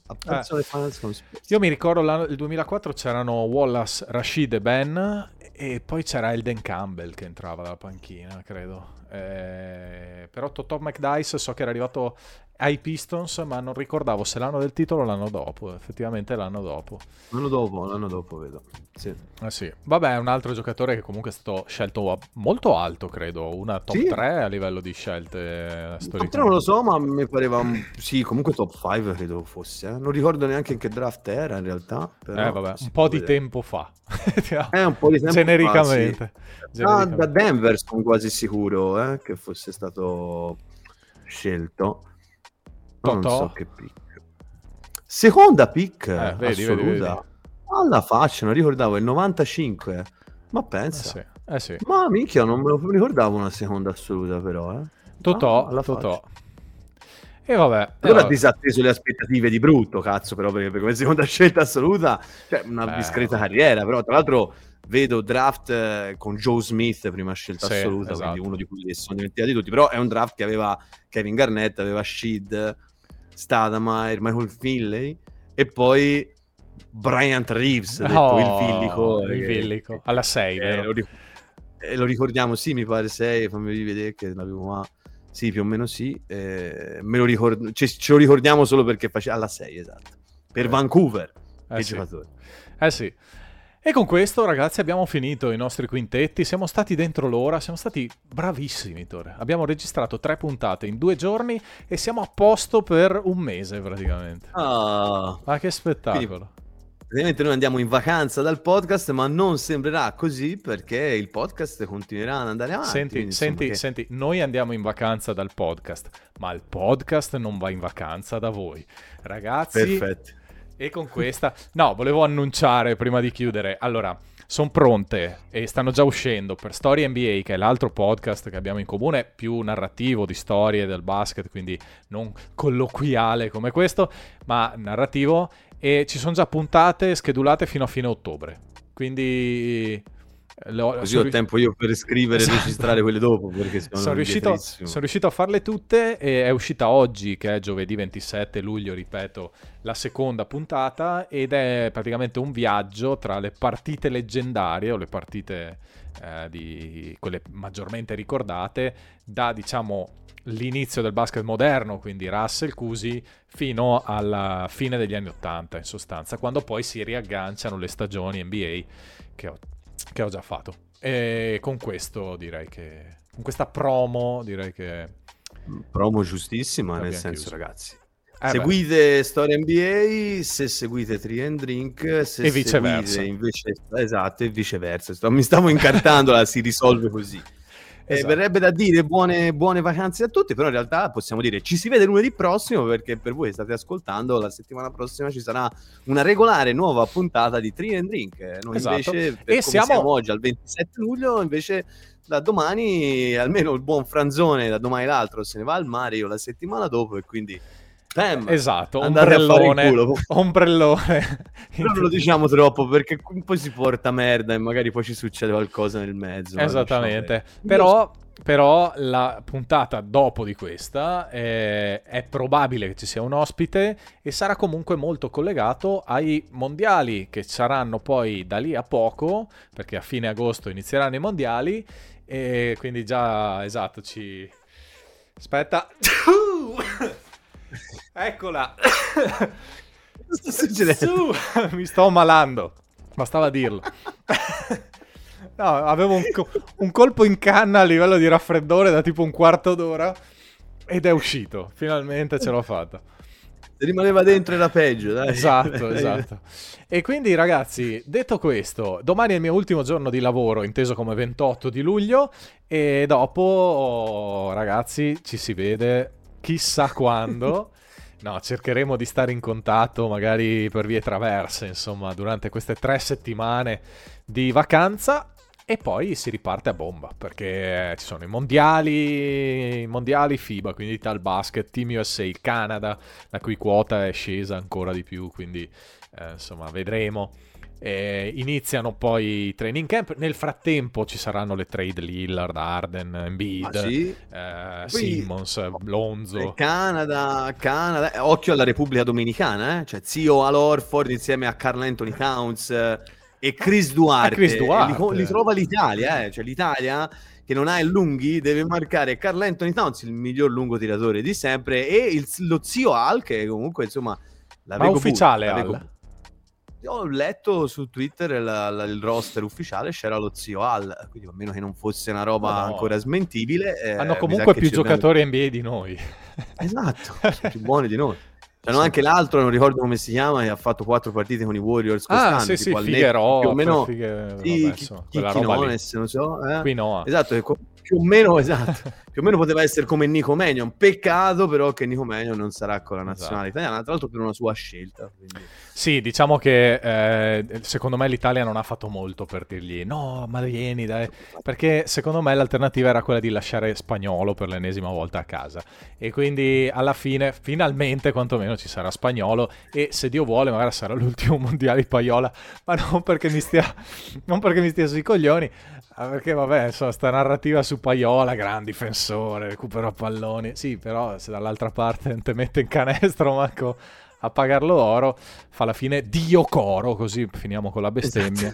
Io mi ricordo il 2004 c'erano Wallace, Rashid e Ben, e poi c'era Elden Campbell che entrava dalla panchina, credo. Però Totò McDyess so che era arrivato ai Pistons, ma non ricordavo se l'anno del titolo o l'anno dopo. Effettivamente l'anno dopo vedo. Sì. Vabbè, è un altro giocatore che comunque è stato scelto molto alto, credo, una top 3 a livello di scelte storiche. Top 3 non lo so, ma mi pareva comunque top 5 credo fosse. Non ricordo neanche in che draft era in realtà, però un po' di tempo fa. Un po' di tempo genericamente. Fa, sì. Da Denver sono quasi sicuro che fosse stato scelto. Non so che pick. Seconda pick assoluta. Vedi. Alla faccia, non ricordavo il 95. Ma pensa. Sì. Ma minchia, non me lo ricordavo una seconda assoluta però. Totò. E vabbè. Allora ha disatteso le aspettative di brutto, cazzo, però, perché come seconda scelta assoluta, cioè una discreta carriera, però tra l'altro vedo draft con Joe Smith prima scelta assoluta, esatto. Quindi uno di cui sono dimenticati tutti, però è un draft che aveva Kevin Garnett, aveva Sheed, Stoudemire, Michael Finley e poi Bryant Reeves, detto il Villico alla 6, lo ricordiamo, sì, mi pare 6, fammi rivedere che l'avevo qua. Sì, più o meno sì, ce lo ricordiamo solo perché faceva alla 6, esatto, per Vancouver, che giocatore. Sì. E con questo, ragazzi, abbiamo finito i nostri quintetti, siamo stati dentro l'ora, siamo stati bravissimi, Tore. Abbiamo registrato 3 puntate in 2 giorni e siamo a posto per un mese, praticamente. Ma che spettacolo. Praticamente noi andiamo in vacanza dal podcast, ma non sembrerà così perché il podcast continuerà ad andare avanti. Senti, quindi, senti, insomma, senti, noi andiamo in vacanza dal podcast, ma il podcast non va in vacanza da voi. Ragazzi, perfetto. e con questa... No, volevo annunciare prima di chiudere. Allora, sono pronte e stanno già uscendo per Story NBA, che è l'altro podcast che abbiamo in comune, più narrativo di storie del basket, quindi non colloquiale come questo, ma narrativo. E ci sono già puntate schedulate fino a fine ottobre. Quindi... Così ho tempo io per scrivere e registrare quelle dopo, perché sono riuscito a farle tutte e è uscita oggi, che è giovedì 27 luglio, ripeto, la seconda puntata, ed è praticamente un viaggio tra le partite leggendarie o le partite di quelle maggiormente ricordate da, diciamo, l'inizio del basket moderno, quindi Russell, Cousy, fino alla fine degli anni 80 in sostanza, quando poi si riagganciano le stagioni NBA che ho già fatto. E con questo direi che... con questa promo direi che... Promo giustissima, nel senso, chiuso. Ragazzi. Seguite Storia NBA, se seguite 3&Drink, se e viceversa. Seguite invece... Esatto, e viceversa. Mi stavo incartando, si risolve così. Esatto. Verrebbe da dire buone vacanze a tutti, però in realtà possiamo dire ci si vede lunedì prossimo, perché per voi state ascoltando, la settimana prossima ci sarà una regolare nuova puntata di 3&Drink. Noi invece, e siamo oggi al 27 luglio, invece da domani, almeno il buon Franzone, da domani l'altro se ne va al mare, io la settimana dopo, e quindi... Bam, esatto, ombrellone. Però non lo diciamo troppo, perché poi si porta merda e magari poi ci succede qualcosa nel mezzo. Esattamente. Però la puntata dopo di questa è probabile che ci sia un ospite e sarà comunque molto collegato ai mondiali che saranno poi da lì a poco, perché a fine agosto inizieranno i mondiali, e quindi già, esatto, Aspetta. Eccola. Cosa sta succedendo? Mi sto ammalando, bastava dirlo. No, avevo un colpo in canna a livello di raffreddore da tipo un quarto d'ora ed è uscito, finalmente ce l'ho fatta. Rimaneva dentro era peggio, dai. Esatto. E quindi, ragazzi, detto questo, domani è il mio ultimo giorno di lavoro, inteso come 28 di luglio, e dopo, ragazzi, ci si vede chissà quando. No, cercheremo di stare in contatto magari per vie traverse, insomma, durante queste 3 settimane di vacanza, e poi si riparte a bomba, perché ci sono i mondiali FIBA, quindi Ital Basket, Team USA, il Canada, la cui quota è scesa ancora di più, quindi insomma vedremo. Iniziano poi i training camp. Nel frattempo ci saranno le trade Lillard, Harden, Embiid, Simmons, Lonzo, Canada, occhio alla Repubblica Dominicana, cioè zio Al Horford insieme a Karl Anthony Towns e Chris Duarte. Li trova l'Italia, cioè l'Italia che non ha il lunghi deve marcare Karl Anthony Towns, il miglior lungo tiratore di sempre, e lo zio Al, che comunque insomma ma ufficiale Al. Io ho letto su Twitter il roster ufficiale, c'era lo zio Al, quindi a meno che non fosse una roba ancora smentibile. Hanno comunque più giocatori NBA di noi. Esatto, sono più buoni di noi. C'hanno anche l'altro, non ricordo come si chiama, che ha fatto 4 partite con i Warriors quest'anno. Sì, Figueroa, più o meno Quinones, non so. Quinoa. Esatto, più o meno poteva essere come Nico Mannion. Peccato però che Nico Mannion non sarà con la nazionale italiana, tra l'altro per una sua scelta. Quindi. Sì, diciamo che secondo me l'Italia non ha fatto molto per dirgli no, ma vieni, dai, perché secondo me l'alternativa era quella di lasciare Spagnolo per l'ennesima volta a casa, e quindi alla fine finalmente quantomeno ci sarà Spagnolo, e se Dio vuole magari sarà l'ultimo mondiale di Paiola, ma non perché mi stia sui coglioni, perché vabbè, insomma, sta narrativa su Paiola, gran difensore, recupera palloni, sì, però se dall'altra parte non te mette in canestro manco a pagarlo oro, fa la fine Dio Coro, così finiamo con la bestemmia.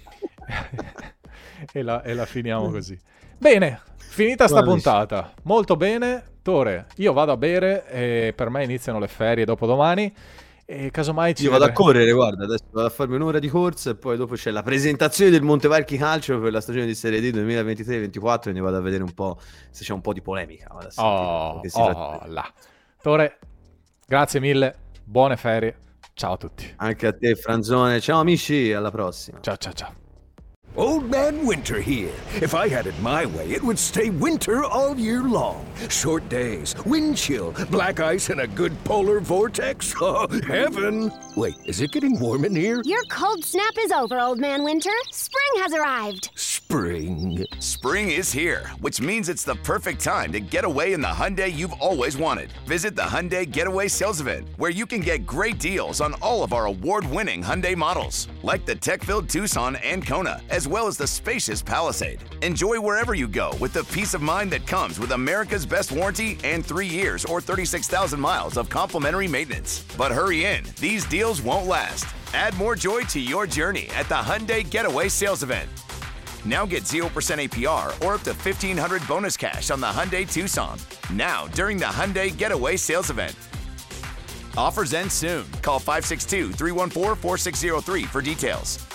e la finiamo così. Bene, finita sta puntata, molto bene. Tore, io vado a bere e per me iniziano le ferie dopodomani, e casomai io vado a correre, guarda, adesso vado a farmi un'ora di corsa e poi dopo c'è la presentazione del Montevarchi Calcio per la stagione di Serie D 2023-24, quindi vado a vedere un po' se c'è un po' di polemica. Tore, grazie mille, buone ferie, Ciao a tutti. Anche a te, Franzone. Ciao amici, alla prossima. Ciao ciao ciao. Old Man Winter here. If I had it my way, it would stay winter all year long. Short days, wind chill, black ice, and a good polar vortex. Oh, heaven! Wait, is it getting warm in here? Your cold snap is over, Old Man Winter. Spring has arrived. Spring. Spring is here, which means it's the perfect time to get away in the Hyundai you've always wanted. Visit the Hyundai Getaway Sales Event, where you can get great deals on all of our award-winning Hyundai models, like the tech-filled Tucson and Kona, as well as the spacious Palisade. Enjoy wherever you go with the peace of mind that comes with America's best warranty and 3 years or 36,000 miles of complimentary maintenance. But hurry in, these deals won't last. Add more joy to your journey at the Hyundai Getaway Sales Event. Now get 0% APR or up to $1,500 bonus cash on the Hyundai Tucson. Now, during the Hyundai Getaway Sales Event. Offers end soon. Call 562-314-4603 for details.